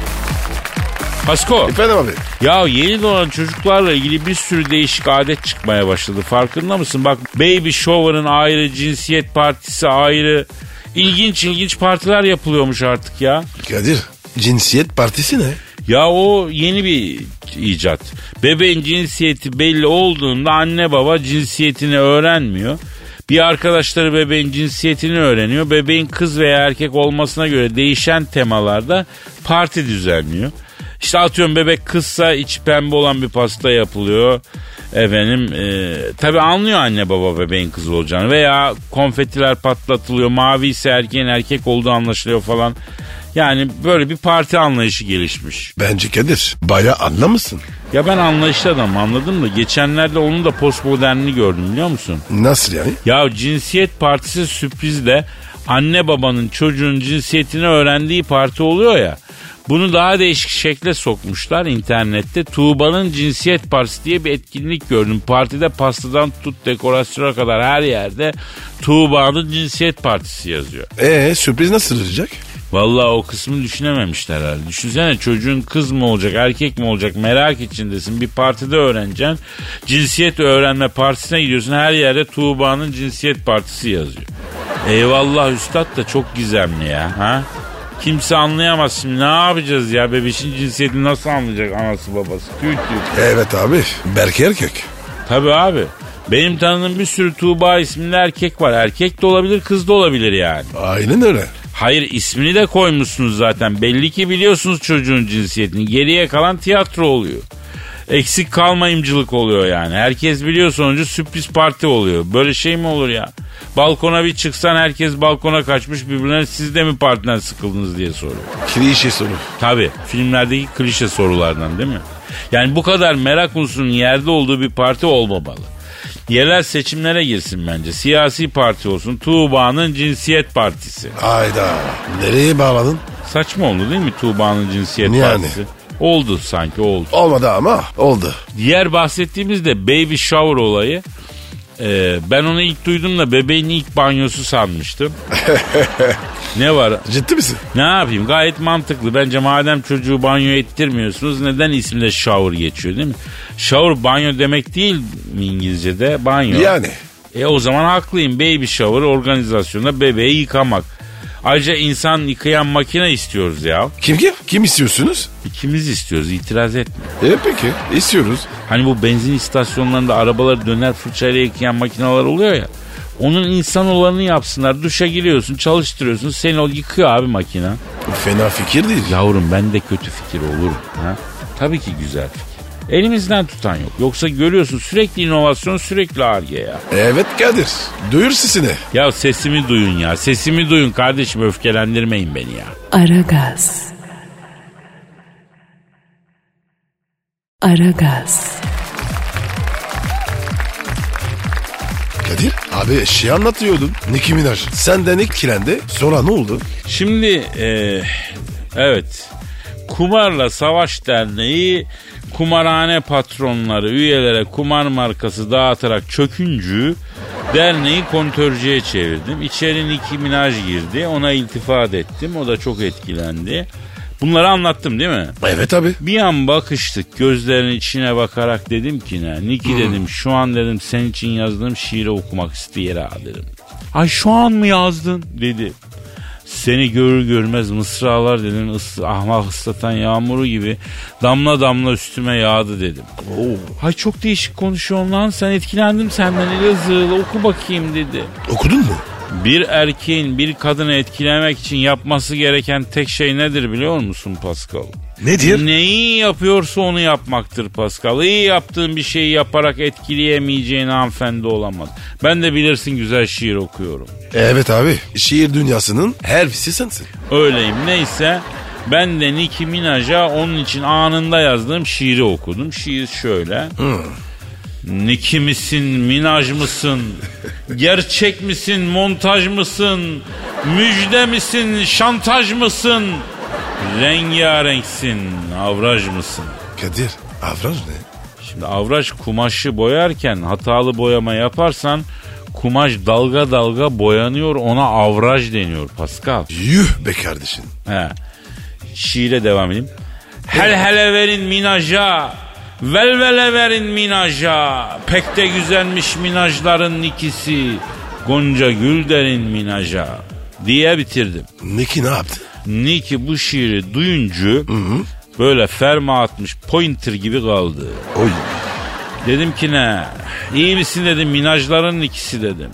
D: Pasko.
C: Efendim abi.
D: Ya yeni doğan çocuklarla ilgili bir sürü değişik adet çıkmaya başladı. Farkında mısın? Bak, baby shower'ın ayrı, cinsiyet partisi ayrı. İlginç partiler yapılıyormuş artık ya.
C: Kadir, cinsiyet partisi ne?
D: Ya o yeni bir icat. Bebeğin cinsiyeti belli olduğunda anne baba cinsiyetini öğrenmiyor. Bir arkadaşları bebeğin cinsiyetini öğreniyor. Bebeğin kız veya erkek olmasına göre değişen temalarda parti düzenliyor. İşte atıyorum bebek kızsa içi pembe olan bir pasta yapılıyor. Tabii anlıyor anne baba bebeğin kız olacağını. Veya konfetiler patlatılıyor. Mavi ise erkeğin erkek olduğu anlaşılıyor falan. Yani böyle bir parti anlayışı gelişmiş.
C: Bence Kadir, bayağı anlamışsın.
D: Ya ben anlayışlı adamım, anladın mı? Geçenlerde onun da postmodernini gördüm, biliyor musun?
C: Nasıl yani?
D: Ya cinsiyet partisi sürprizle anne babanın çocuğun cinsiyetini öğrendiği parti oluyor ya. Bunu daha değişik şekle sokmuşlar internette. Tuğba'nın cinsiyet partisi diye bir etkinlik gördüm. Partide pastadan tut dekorasyona kadar her yerde Tuğba'nın cinsiyet partisi yazıyor.
C: Sürpriz nasıl olacak?
D: Vallahi o kısmını düşünememişler herhalde. Düşünsene, çocuğun kız mı olacak erkek mi olacak merak içindesin. Bir partide öğreneceksin. Cinsiyet öğrenme partisine gidiyorsun. Her yerde Tuğba'nın cinsiyet partisi yazıyor. Eyvallah üstad da çok gizemli ya. Ha? Kimse anlayamaz şimdi, ne yapacağız ya, bebişin cinsiyetini nasıl anlayacak anası babası? Tüy.
C: Evet abi, belki erkek.
D: Tabii abi, benim tanıdığım bir sürü Tuğba isimli erkek var. Erkek de olabilir, kız da olabilir yani.
C: Aynen öyle.
D: Hayır, ismini de koymuşsunuz zaten, belli ki biliyorsunuz çocuğun cinsiyetini. Geriye kalan tiyatro oluyor. Eksik kalmayımcılık oluyor yani. Herkes biliyor, sonucu sürpriz parti oluyor. Böyle şey mi olur ya? Balkona bir çıksan herkes balkona kaçmış birbirlerine, siz de mi partiden sıkıldınız diye soruyor.
C: Klişe soru.
D: Tabii, filmlerdeki klişe sorulardan değil mi? Yani bu kadar merak unsurunun yerde olduğu bir parti olmamalı. Yerel seçimlere girsin bence. Siyasi parti olsun. Tuğba'nın cinsiyet partisi.
C: Hayda. Nereye bağladın?
D: Saçma oldu değil mi Tuğba'nın cinsiyet
C: yani
D: partisi? Oldu sanki, oldu.
C: Olmadı ama oldu.
D: Diğer bahsettiğimiz de baby shower olayı. Ben onu ilk duyduğumda bebeğin ilk banyosu sanmıştım. Ne var?
C: Ciddi misin?
D: Ne yapayım? Gayet mantıklı. Bence madem çocuğu banyo ettirmiyorsunuz, neden isminde shower geçiyor değil mi? Shower banyo demek değil mi İngilizce'de? Banyo.
C: Yani.
D: O zaman haklıyım. Baby shower organizasyonunda bebeği yıkamak. Ayrıca insan yıkayan makine istiyoruz ya.
C: Kim istiyorsunuz?
D: İkimiz istiyoruz, itiraz etme.
C: Peki istiyoruz.
D: Hani bu benzin istasyonlarında arabaları döner fırçayla yıkayan makineler oluyor ya. Onun insan olanını yapsınlar. Duşa giriyorsun, çalıştırıyorsun, seni o yıkıyor abi makine.
C: Fena fikir değil.
D: Yavrum, ben de kötü fikir olur. Ha? Tabii ki güzel fikir. Elimizden tutan yok. Yoksa görüyorsun sürekli inovasyon, sürekli Ar-Ge ya.
C: Evet Kadir. Duyur sesini.
D: Ya sesimi duyun ya. Sesimi duyun kardeşim, öfkelendirmeyin beni ya.
A: Aragaz. Aragaz.
C: Kadir abi şey anlatıyordun. Nicki Minaj. Senden etkilendi. Sonra ne oldu?
D: Şimdi evet, Kumarla Savaş Derneği kumarhane patronları üyelere kumar markası dağıtarak çöküncü derneği kontörcüye çevirdim. İçeri Nicki Minaj girdi, ona iltifat ettim, o da çok etkilendi. Bunları anlattım değil mi?
C: Evet abi.
D: Bir an bakıştık, gözlerinin içine bakarak dedim ki ne? Nicki dedim, şu an dedim senin için yazdığım şiiri okumak istiyor dedim. Ay şu an mı yazdın dedi. Seni görür görmez mısralar dedim, ahmak ıslatan yağmuru gibi damla damla üstüme yağdı dedim. Ay çok değişik konuşuyorsun lan, sen etkilendim senden Elazığlı, oku bakayım dedi.
C: Okudun mu?
D: Bir erkeğin bir kadını etkilemek için yapması gereken tek şey nedir biliyor musun Pascal?
C: Nedir?
D: Neyi yapıyorsa onu yapmaktır Pascal. İyi yaptığın bir şeyi yaparak etkileyemeyeceğin hanımefendi olamaz. Ben de bilirsin güzel şiir okuyorum.
C: Evet abi. Şiir dünyasının her birisi sensin.
D: Öyleyim, neyse. Ben de Nicki Minaj'a onun için anında yazdığım şiiri okudum. Şiir şöyle. Nicki misin, Minaj mısın? Gerçek misin, montaj mısın? Müjde misin, şantaj mısın? Rengarenksin, avraj mısın?
C: Kadir, avraj ne?
D: Şimdi avraj kumaşı boyarken hatalı boyama yaparsan kumaş dalga dalga boyanıyor, ona avraj deniyor Pascal.
C: Yuh be kardeşim.
D: He. Şiire devam edeyim. Hel hele verin Minaj'a, velvele verin Minaj'a, pek de güzelmiş Minajların ikisi, Gonca Gül derin Minaj'a diye bitirdim.
C: Nicki ne yaptı?
D: Nicki bu şiiri duyunca böyle ferma atmış pointer gibi kaldı.
C: Oy.
D: Dedim ki ne? İyi misin dedim, Minajların ikisi dedim.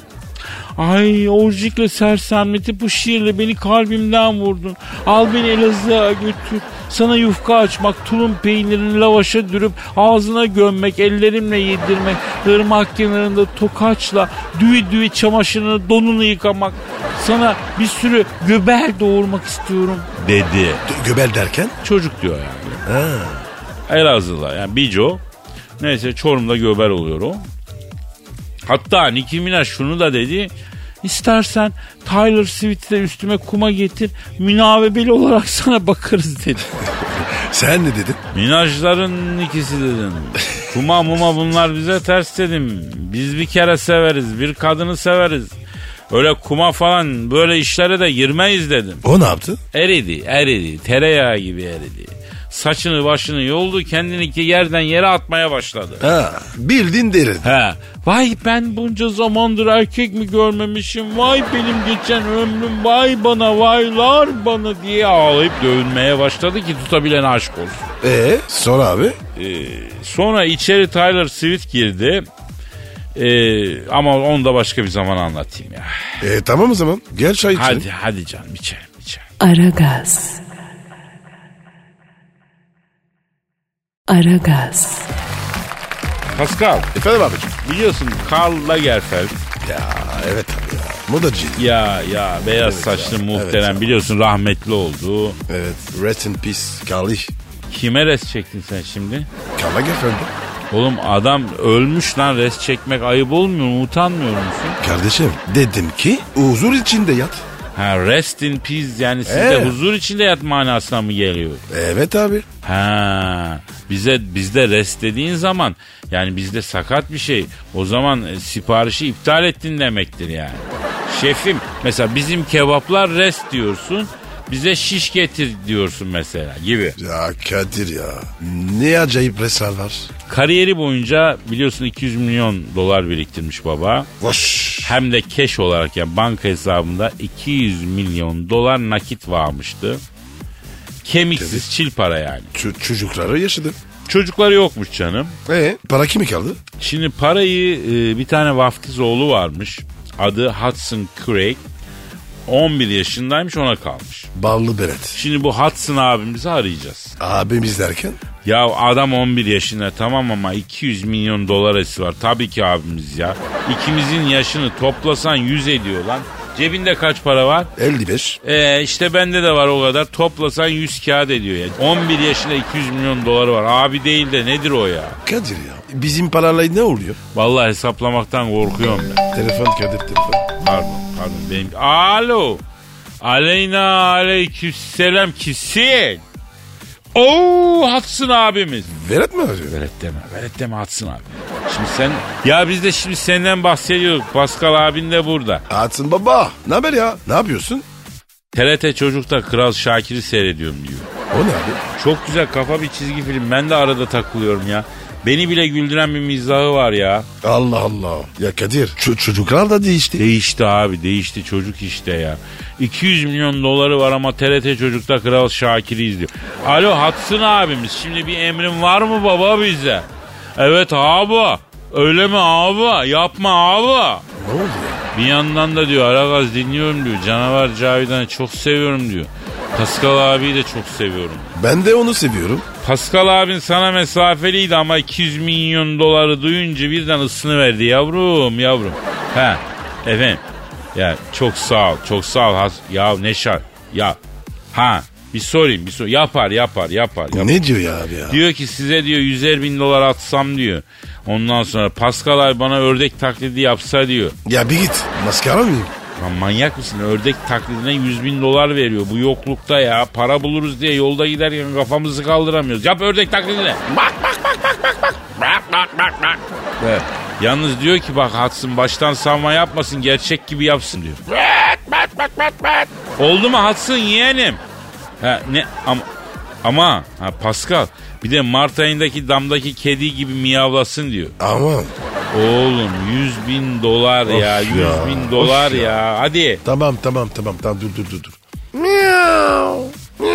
D: Ay orjikle sersemleti bu şiirle beni kalbimden vurdun. Al beni Elazığ'a götür. Sana yufka açmak, tulum peynirini lavaşa dürüp ağzına gömmek, ellerimle yedirmek, ırmak kenarında tokaçla düğü çamaşırını, donunu yıkamak. Sana bir sürü göbel doğurmak istiyorum dedi.
C: Göbel derken?
D: Çocuk diyor yani.
C: Ha.
D: Elazığ'la yani Bico. Neyse Çorum'da göbel oluyor o. Hatta Nicki Minaj şunu da dedi. İstersen Taylor Swift'i de üstüme kuma getir, münavebeli olarak sana bakarız dedi.
C: Sen ne dedin?
D: Minajların ikisi dedim. Kuma muma bunlar bize ters dedim. Biz bir kere severiz, bir kadını severiz. Öyle kuma falan böyle işlere de girmeyiz dedim.
C: O ne yaptı?
D: Eridi. Tereyağı gibi eridi. Saçını başını yoldu, kendini yerden yere atmaya başladı.
C: Ha, bildin derin.
D: He. Vay ben bunca zamandır erkek mi görmemişim, vay benim geçen ömrüm, vay bana vaylar bana diye ağlayıp dövünmeye başladı ki tutabilene aşk olsun.
C: Sonra abi?
D: Sonra içeri Taylor Swift girdi. Ama onu da başka bir zaman anlatayım ya.
C: Tamam o zaman. Gel çay içelim.
D: Hadi canım içelim.
A: Aragaz.
D: Pascal.
C: Efendim abicim.
D: Biliyorsun Karl Lagerfeld.
C: Ya evet abi ya. Modacıydı.
D: Ya beyaz
C: evet
D: saçlı
C: ya.
D: muhterem,
C: Evet
D: biliyorsun rahmetli oldu.
C: Evet. Rest in peace Karl.
D: Kime res çektin sen şimdi?
C: Karl Lagerfeld.
D: Oğlum adam ölmüş lan, res çekmek ayıp olmuyor mu? Utanmıyor musun?
C: Kardeşim dedim ki huzur içinde yat.
D: Ha, rest in peace yani sizde huzur içinde yat manasına mı geliyor?
C: Evet abi.
D: Ha, bizde rest dediğin zaman yani bizde sakat bir şey. O zaman siparişi iptal ettin demektir yani. Şefim mesela bizim kebaplar rest diyorsun. Bize şiş getir diyorsun mesela gibi.
C: Ya Kadir ya. Ne acayip resler var.
D: Kariyeri boyunca biliyorsun 200 milyon dolar biriktirmiş baba.
C: Voş.
D: Hem de cash olarak yani banka hesabında 200 milyon dolar nakit varmıştı. Kemiksiz çil para yani.
C: Çocukları yaşadı.
D: Çocukları yokmuş canım.
C: Para kimi kaldı?
D: Şimdi parayı bir tane vaftiz oğlu varmış. Adı Hudson Craig. 11 yaşındaymış, ona kalmış.
C: Ballı beret.
D: Şimdi bu Hudson abimizi arayacağız.
C: Abimiz derken?
D: Ya adam 11 yaşında tamam ama 200 milyon dolar var. Tabii ki abimiz ya. İkimizin yaşını toplasan 100 ediyor lan. Cebinde kaç para var?
C: 55.
D: İşte bende de var o kadar. Toplasan 100 kağıt ediyor ya. 11 yaşında 200 milyon doları var. Abi değil de nedir o ya?
C: Kadir ya. Bizim paralar ne oluyor?
D: Vallahi hesaplamaktan korkuyorum ben.
C: Telefon Kadir telefon.
D: Pardon benim. Alo. Aleyna aleykümselam kimsin? Hatsın abimiz.
C: Velet mi arıyor?
D: Velet deme Hatsın abi. Şimdi sen, ya biz de şimdi senden bahsediyorduk. Pascal abin de burada.
C: Hatsın baba. Ne haber ya? Ne yapıyorsun?
D: TRT Çocuk'ta Kral Şakir'i seyrediyorum diyor.
C: O ne abi?
D: Çok güzel, kafa bir çizgi film. Ben de arada takılıyorum ya. Beni bile güldüren bir mizahı var ya.
C: Allah Allah. Ya Kadir çocuklar da değişti.
D: Değişti abi, değişti çocuk işte ya. 200 milyon doları var ama TRT Çocuk'ta Kral Şakir'i izliyor. Alo Hatsın abimiz, şimdi bir emrin var mı baba bize? Evet abi. Öyle mi abi? Yapma abi.
C: Ne oldu ya?
D: Bir yandan da diyor Aragaz dinliyorum diyor. Canavar Cavidan'ı çok seviyorum diyor. Pascal abiyi de çok seviyorum.
C: Ben de onu seviyorum.
D: Pascal abin sana mesafeliydi ama 200 milyon doları duyunca birden ısınıverdi yavrum. He efendim. Ya çok sağ ol. Ya ne şart. Ya bir sorayım. Yapar.
C: Ne diyor ya abi ya?
D: Diyor ki size diyor 100'er bin dolar atsam diyor. Ondan sonra Pascal abi bana ördek taklidi yapsa diyor.
C: Ya bir git. Maskara mıyım?
D: Lan manyak mısın? Ördek taklidine 100 bin dolar veriyor. Bu yoklukta ya. Para buluruz diye yolda giderken kafamızı kaldıramıyoruz. Yap ördek taklidine. Bak. Evet. Yalnız diyor ki bak Hatsın baştan savma yapmasın, gerçek gibi yapsın diyor. Oldu mu Hatsın yeğenim? Ama Pascal bir de Mart ayındaki damdaki kedi gibi miyavlasın diyor.
C: Aman.
D: Oğlum 100 bin dolar ya, 100 bin dolar ya. Hadi.
C: Tamam dur. Miau.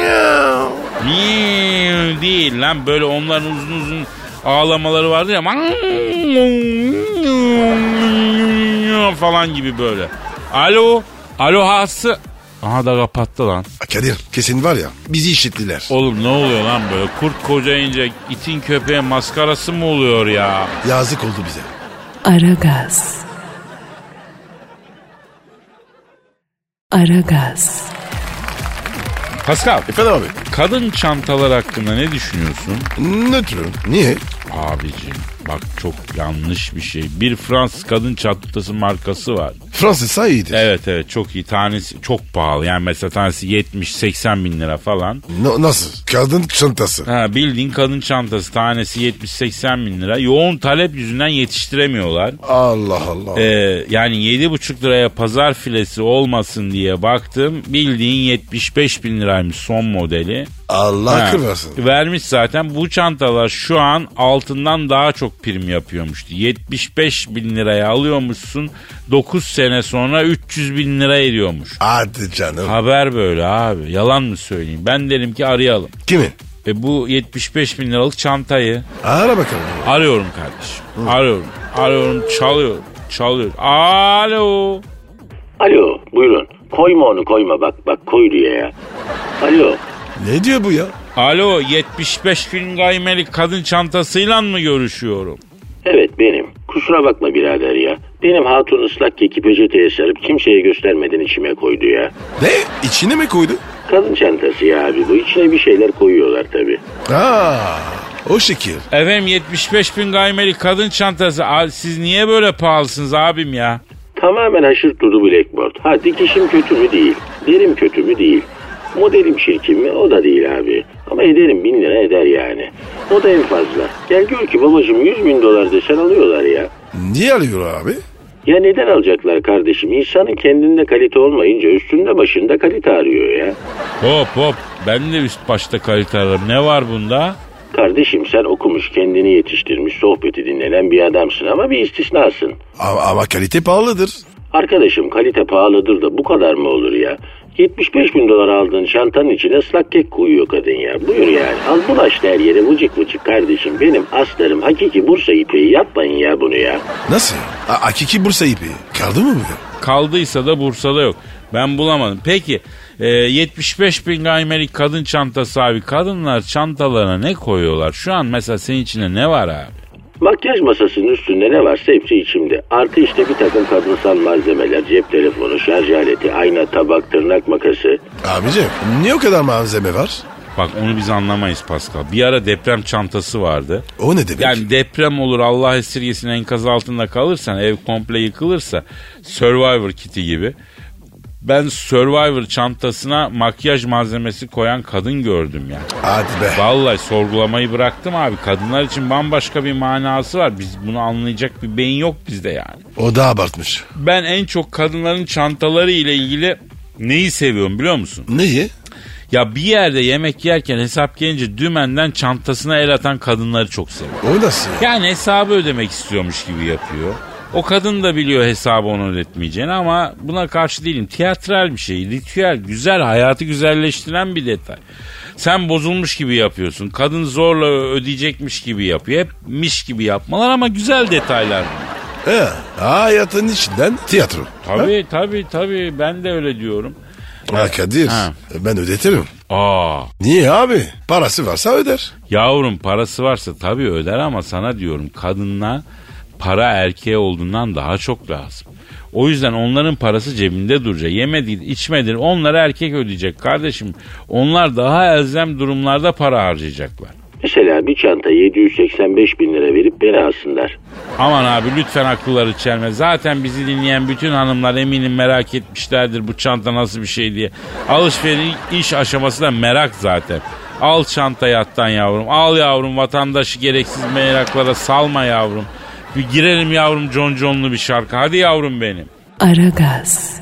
D: Değil lan, böyle onların uzun ağlamaları vardı ya. Falan gibi böyle. Alo Hası. Aha da kapattı lan.
C: Kadir kesin var ya bizi işittiler.
D: Oğlum ne oluyor lan böyle? Kurt kocayınca itin köpeğe maskarası mı oluyor ya?
C: Yazık oldu bize.
A: Aragaz.
D: Pascal.
C: Efendim abi.
D: Kadın çantalar hakkında ne düşünüyorsun?
C: Ne tür? Niye?
D: Abicim bak çok yanlış bir şey. Bir Fransız kadın çantası markası var.
C: Fransız iyidir.
D: Evet çok iyi. Tanesi çok pahalı. Yani mesela tanesi 70-80 bin lira falan.
C: Nasıl? Kadın çantası.
D: Bildiğin kadın çantası. Tanesi 70-80 bin lira. Yoğun talep yüzünden yetiştiremiyorlar.
C: Allah.
D: Yani 7,5 liraya pazar filesi olmasın diye baktım. Bildiğin 75 bin liraymış son modeli.
C: Allah akıl versin.
D: Vermiş zaten. Bu çantalar şu an altından daha çok prim yapıyormuştu. 75 bin liraya alıyormuşsun. 9 sene sonra 300 bin lira ediyormuş.
C: Hadi canım.
D: Haber böyle abi. Yalan mı söyleyeyim? Ben derim ki arayalım.
C: Kimi?
D: Bu 75 bin liralık çantayı.
C: Ara bakalım.
D: Arıyorum kardeşim. Arıyorum. Çalıyor.
F: Alo buyurun. Koyma onu koyma bak koy diye ya. Alo.
C: Ne diyor bu ya?
D: Alo 75 bin gaymelik kadın çantasıyla mı görüşüyorum?
F: Evet benim. Kusura bakma birader ya. Benim hatun ıslak keki peçeteye sarıp kimseye göstermeden içime koydu ya.
C: Ne? İçine mi koydu?
F: Kadın çantası ya abi bu. İçine bir şeyler koyuyorlar tabii.
C: O şekil.
D: Efendim 75 bin gaymelik kadın çantası. Siz niye böyle pahalısınız abim ya?
F: Tamamen haşır tuzu Blackboard. Dikişim kötü mü değil. Derim kötü mü değil. Modelim çirkin mi? O da değil abi. Ama ederim 1000 lira eder yani. O da en fazla. Gel gör ki babacığım 100 bin dolar desen alıyorlar ya.
C: Niye alıyorlar abi?
F: Ya neden alacaklar kardeşim? İnsanın kendinde kalite olmayınca üstünde başında kalite arıyor ya.
D: Hop. Ben de üst başta kalite ararım. Ne var bunda?
F: Kardeşim sen okumuş, kendini yetiştirmiş, sohbeti dinlenen bir adamsın ama bir istisnasın.
C: Ama kalite pahalıdır.
F: Arkadaşım kalite pahalıdır da bu kadar mı olur ya? 75 bin dolar aldığın çantanın içine ıslak kek koyuyor kadın ya. Buyur yani. Al bulaş her yere vıcık kardeşim. Benim aslarım hakiki Bursa ipeği. Yapmayın ya bunu ya.
C: Nasıl? Hakiki Bursa ipeği. Kaldı mı bu?
D: Kaldıysa da Bursa'da yok. Ben bulamadım. Peki 75 bin gaymelik kadın çantası abi. Kadınlar çantalarına ne koyuyorlar? Şu an mesela senin içinde ne var abi?
F: Makyaj masasının üstünde ne varsa hepsi içimde. Artı işte bir takım kadınsal malzemeler, cep telefonu, şarj aleti, ayna, tabak, tırnak makası.
C: Abicim niye o kadar malzeme var?
D: Bak onu biz anlamayız Pascal. Bir ara deprem çantası vardı.
C: O ne demek?
D: Yani deprem olur, Allah esirgesin, enkaz altında kalırsan, ev komple yıkılırsa, Survivor kiti gibi. Ben Survivor çantasına makyaj malzemesi koyan kadın gördüm ya.
C: Hadi be.
D: Vallahi sorgulamayı bıraktım abi. Kadınlar için bambaşka bir manası var. Biz bunu anlayacak bir beyin yok bizde yani.
C: O da abartmış.
D: Ben en çok kadınların çantaları ile ilgili neyi seviyorum biliyor musun?
C: Neyi?
D: Ya bir yerde yemek yerken hesap gelince dümenden çantasına el atan kadınları çok seviyorum.
C: O nasıl ya?
D: Yani hesabı ödemek istiyormuş gibi yapıyor. O kadın da biliyor hesabı onu ödetmeyeceğini ama buna karşı değilim. Tiyatral bir şey, ritüel, güzel, hayatı güzelleştiren bir detay. Sen bozulmuş gibi yapıyorsun. Kadın zorla ödeyecekmiş gibi yapıyor. Hep miş gibi yapmalar ama güzel detaylar bunlar.
C: Hayatın içinden tiyatro.
D: Tabii ben de öyle diyorum.
C: Ha Kadir, ben ödetirim.
D: Aa.
C: Niye abi? Parası varsa öder.
D: Yavrum parası varsa tabii öder ama sana diyorum kadınla para erkeğe olduğundan daha çok lazım. O yüzden onların parası cebinde duracak. Yemedir, içmedir onları erkek ödeyecek kardeşim. Onlar daha elzem durumlarda para harcayacaklar.
F: Mesela bir çanta 785 bin lira verip beni alsınlar.
D: Aman abi lütfen akılları çelme. Zaten bizi dinleyen bütün hanımlar eminim merak etmişlerdir bu çanta nasıl bir şey diye. Alışveriş iş aşaması da merak zaten. Al çantayı attan yavrum. Al yavrum, vatandaşı gereksiz meraklara salma yavrum. Bir girelim yavrum John John'lu bir şarkı. Hadi yavrum benim.
A: Aragaz.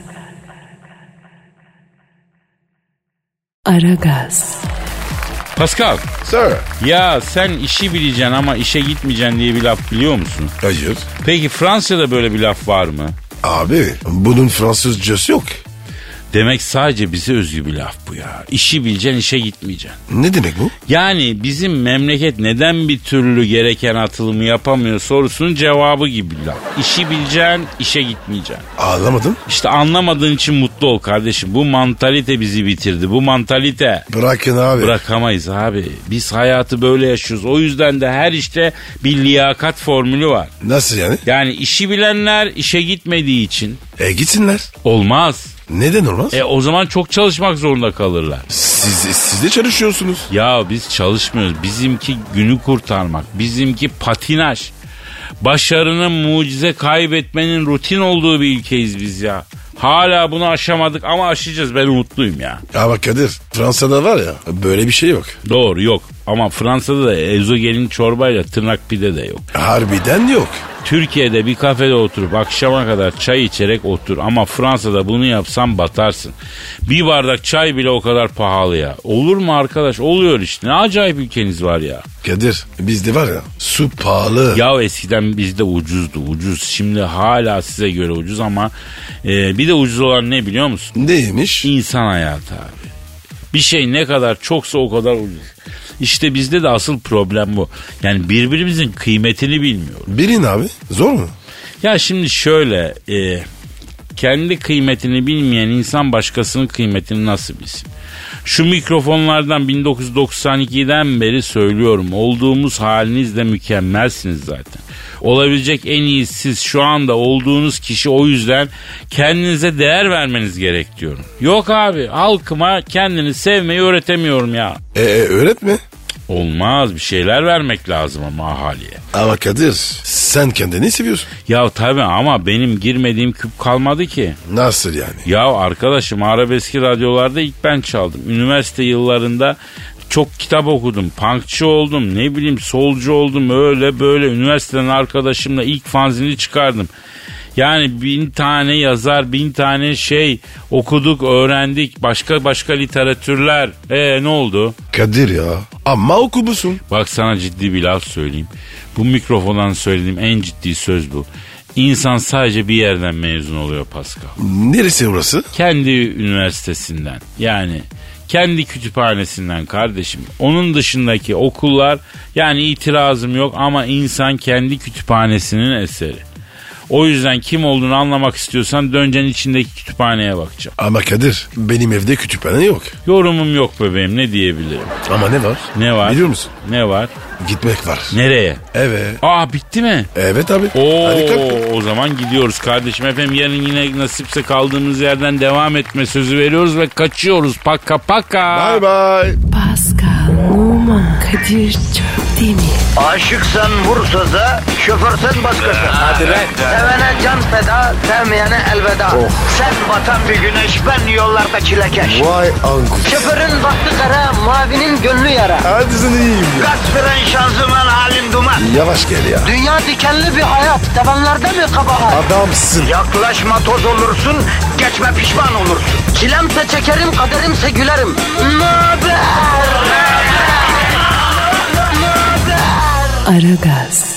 A: Aragaz.
D: Pascal.
C: Sir.
D: Ya sen işi bileceksin ama işe gitmeyeceksin diye bir laf biliyor musun?
C: Hayır.
D: Peki Fransa'da böyle bir laf var mı?
C: Abi bunun Fransızcası yok.
D: Demek sadece bize özgü bir laf bu ya. İşi bileceksin, işe gitmeyeceksin.
C: Ne demek bu?
D: Yani bizim memleket neden bir türlü gereken atılımı yapamıyor sorusunun cevabı gibi bir laf. İşi bileceksin, işe gitmeyeceksin.
C: Anlamadım.
D: İşte anlamadığın için mutlu ol kardeşim. Bu mantalite bizi bitirdi. Bu mantalite.
C: Bırakın abi.
D: Bırakamayız abi. Biz hayatı böyle yaşıyoruz. O yüzden de her işte bir liyakat formülü var.
C: Nasıl yani?
D: Yani işi bilenler işe gitmediği için.
C: Gitsinler.
D: Olmaz.
C: Neden olmaz?
D: O zaman çok çalışmak zorunda kalırlar.
C: Siz de çalışıyorsunuz.
D: Ya biz çalışmıyoruz. Bizimki günü kurtarmak. Bizimki patinaj. Başarının mucize, kaybetmenin rutin olduğu bir ülkeyiz biz ya. Hala bunu aşamadık ama aşacağız. Ben umutluyum ya.
C: Ya bak Kadir, Fransa'da var ya böyle bir şey yok.
D: Doğru yok. Ama Fransa'da da ezogelin çorbayla tırnak pide de yok.
C: Harbiden yok.
D: Türkiye'de bir kafede oturup akşama kadar çay içerek otur. Ama Fransa'da bunu yapsan batarsın. Bir bardak çay bile o kadar pahalı ya. Olur mu arkadaş? Oluyor işte. Ne acayip ülkeniz var ya.
C: Kadir bizde var ya su pahalı.
D: Ya eskiden bizde ucuzdu. Ucuz. Şimdi hala size göre ucuz ama bir de ucuz olan ne biliyor musun?
C: Neymiş?
D: İnsan hayatı abi. Bir şey ne kadar çoksa o kadar ucuz. İşte bizde de asıl problem bu. Yani birbirimizin kıymetini bilmiyoruz.
C: Bilin abi. Zor mu?
D: Ya şimdi şöyle kendi kıymetini bilmeyen insan başkasının kıymetini nasıl bilsin? Şu mikrofonlardan 1992'den beri söylüyorum. Olduğumuz halinizle mükemmelsiniz zaten. Olabilecek en iyi siz şu anda olduğunuz kişi, o yüzden kendinize değer vermeniz gerek diyorum. Yok abi, halkıma kendini sevmeyi öğretemiyorum ya.
C: Öğretme.
D: Olmaz, bir şeyler vermek lazım ama ahaliye.
C: Ama Kadir sen kendini seviyorsun.
D: Ya tabii ama benim girmediğim küp kalmadı ki.
C: Nasıl yani?
D: Ya arkadaşım, arabeski radyolarda ilk ben çaldım. Üniversite yıllarında çok kitap okudum. Punkçı oldum. Ne bileyim solcu oldum. Öyle böyle. Üniversiteden arkadaşımla ilk fanzini çıkardım. Yani 1000 tane yazar, 1000 tane şey okuduk, öğrendik. Başka literatürler. Ne oldu?
C: Kadir ya. Ama okumuşsun.
D: Bak sana ciddi bir laf söyleyeyim. Bu mikrofondan söylediğim en ciddi söz bu. İnsan sadece bir yerden mezun oluyor Pascal.
C: Neresi orası?
D: Kendi üniversitesinden. Yani kendi kütüphanesinden kardeşim. Onun dışındaki okullar, yani itirazım yok ama insan kendi kütüphanesinin eseri. O yüzden kim olduğunu anlamak istiyorsan döneceksin içindeki kütüphaneye bakacaksın.
C: Ama Kadir benim evde kütüphane yok.
D: Yorumum yok bebeğim, ne diyebilirim?
C: Ama ne var?
D: Ne var?
C: Biliyor musun?
D: Ne var?
C: Gitmek var.
D: Nereye?
C: Evet.
D: Aa, bitti mi?
C: Evet abi.
D: Oo,
C: Hadi kalk.
D: o zaman gidiyoruz kardeşim. Efendim yarın yine nasipse kaldığımız yerden devam etme sözü veriyoruz ve kaçıyoruz. Paka paka.
C: Bye bye.
A: Pascal, Oman, Kadir çok değil mi?
B: Aşıksan vursa da, şoförsen başkasın. Hadi
E: lan.
B: Sevene can feda, sevmeyene elveda. Sen batan bir güneş, ben yollarda çilekeş.
C: Vay anku.
B: Şoförün baktı kara, mavinin gönlü yara.
C: Hadi sen iyiyim ya.
B: Kasperen şanzıman halin duman.
C: Yavaş gel ya.
B: Dünya dikenli bir hayat, sevenlerde mi kabahar?
C: Adamsın.
B: Yaklaşma toz olursun, geçme pişman olursun. Çilemse çekerim, kaderimse gülerim. Möber!
A: Aragaz.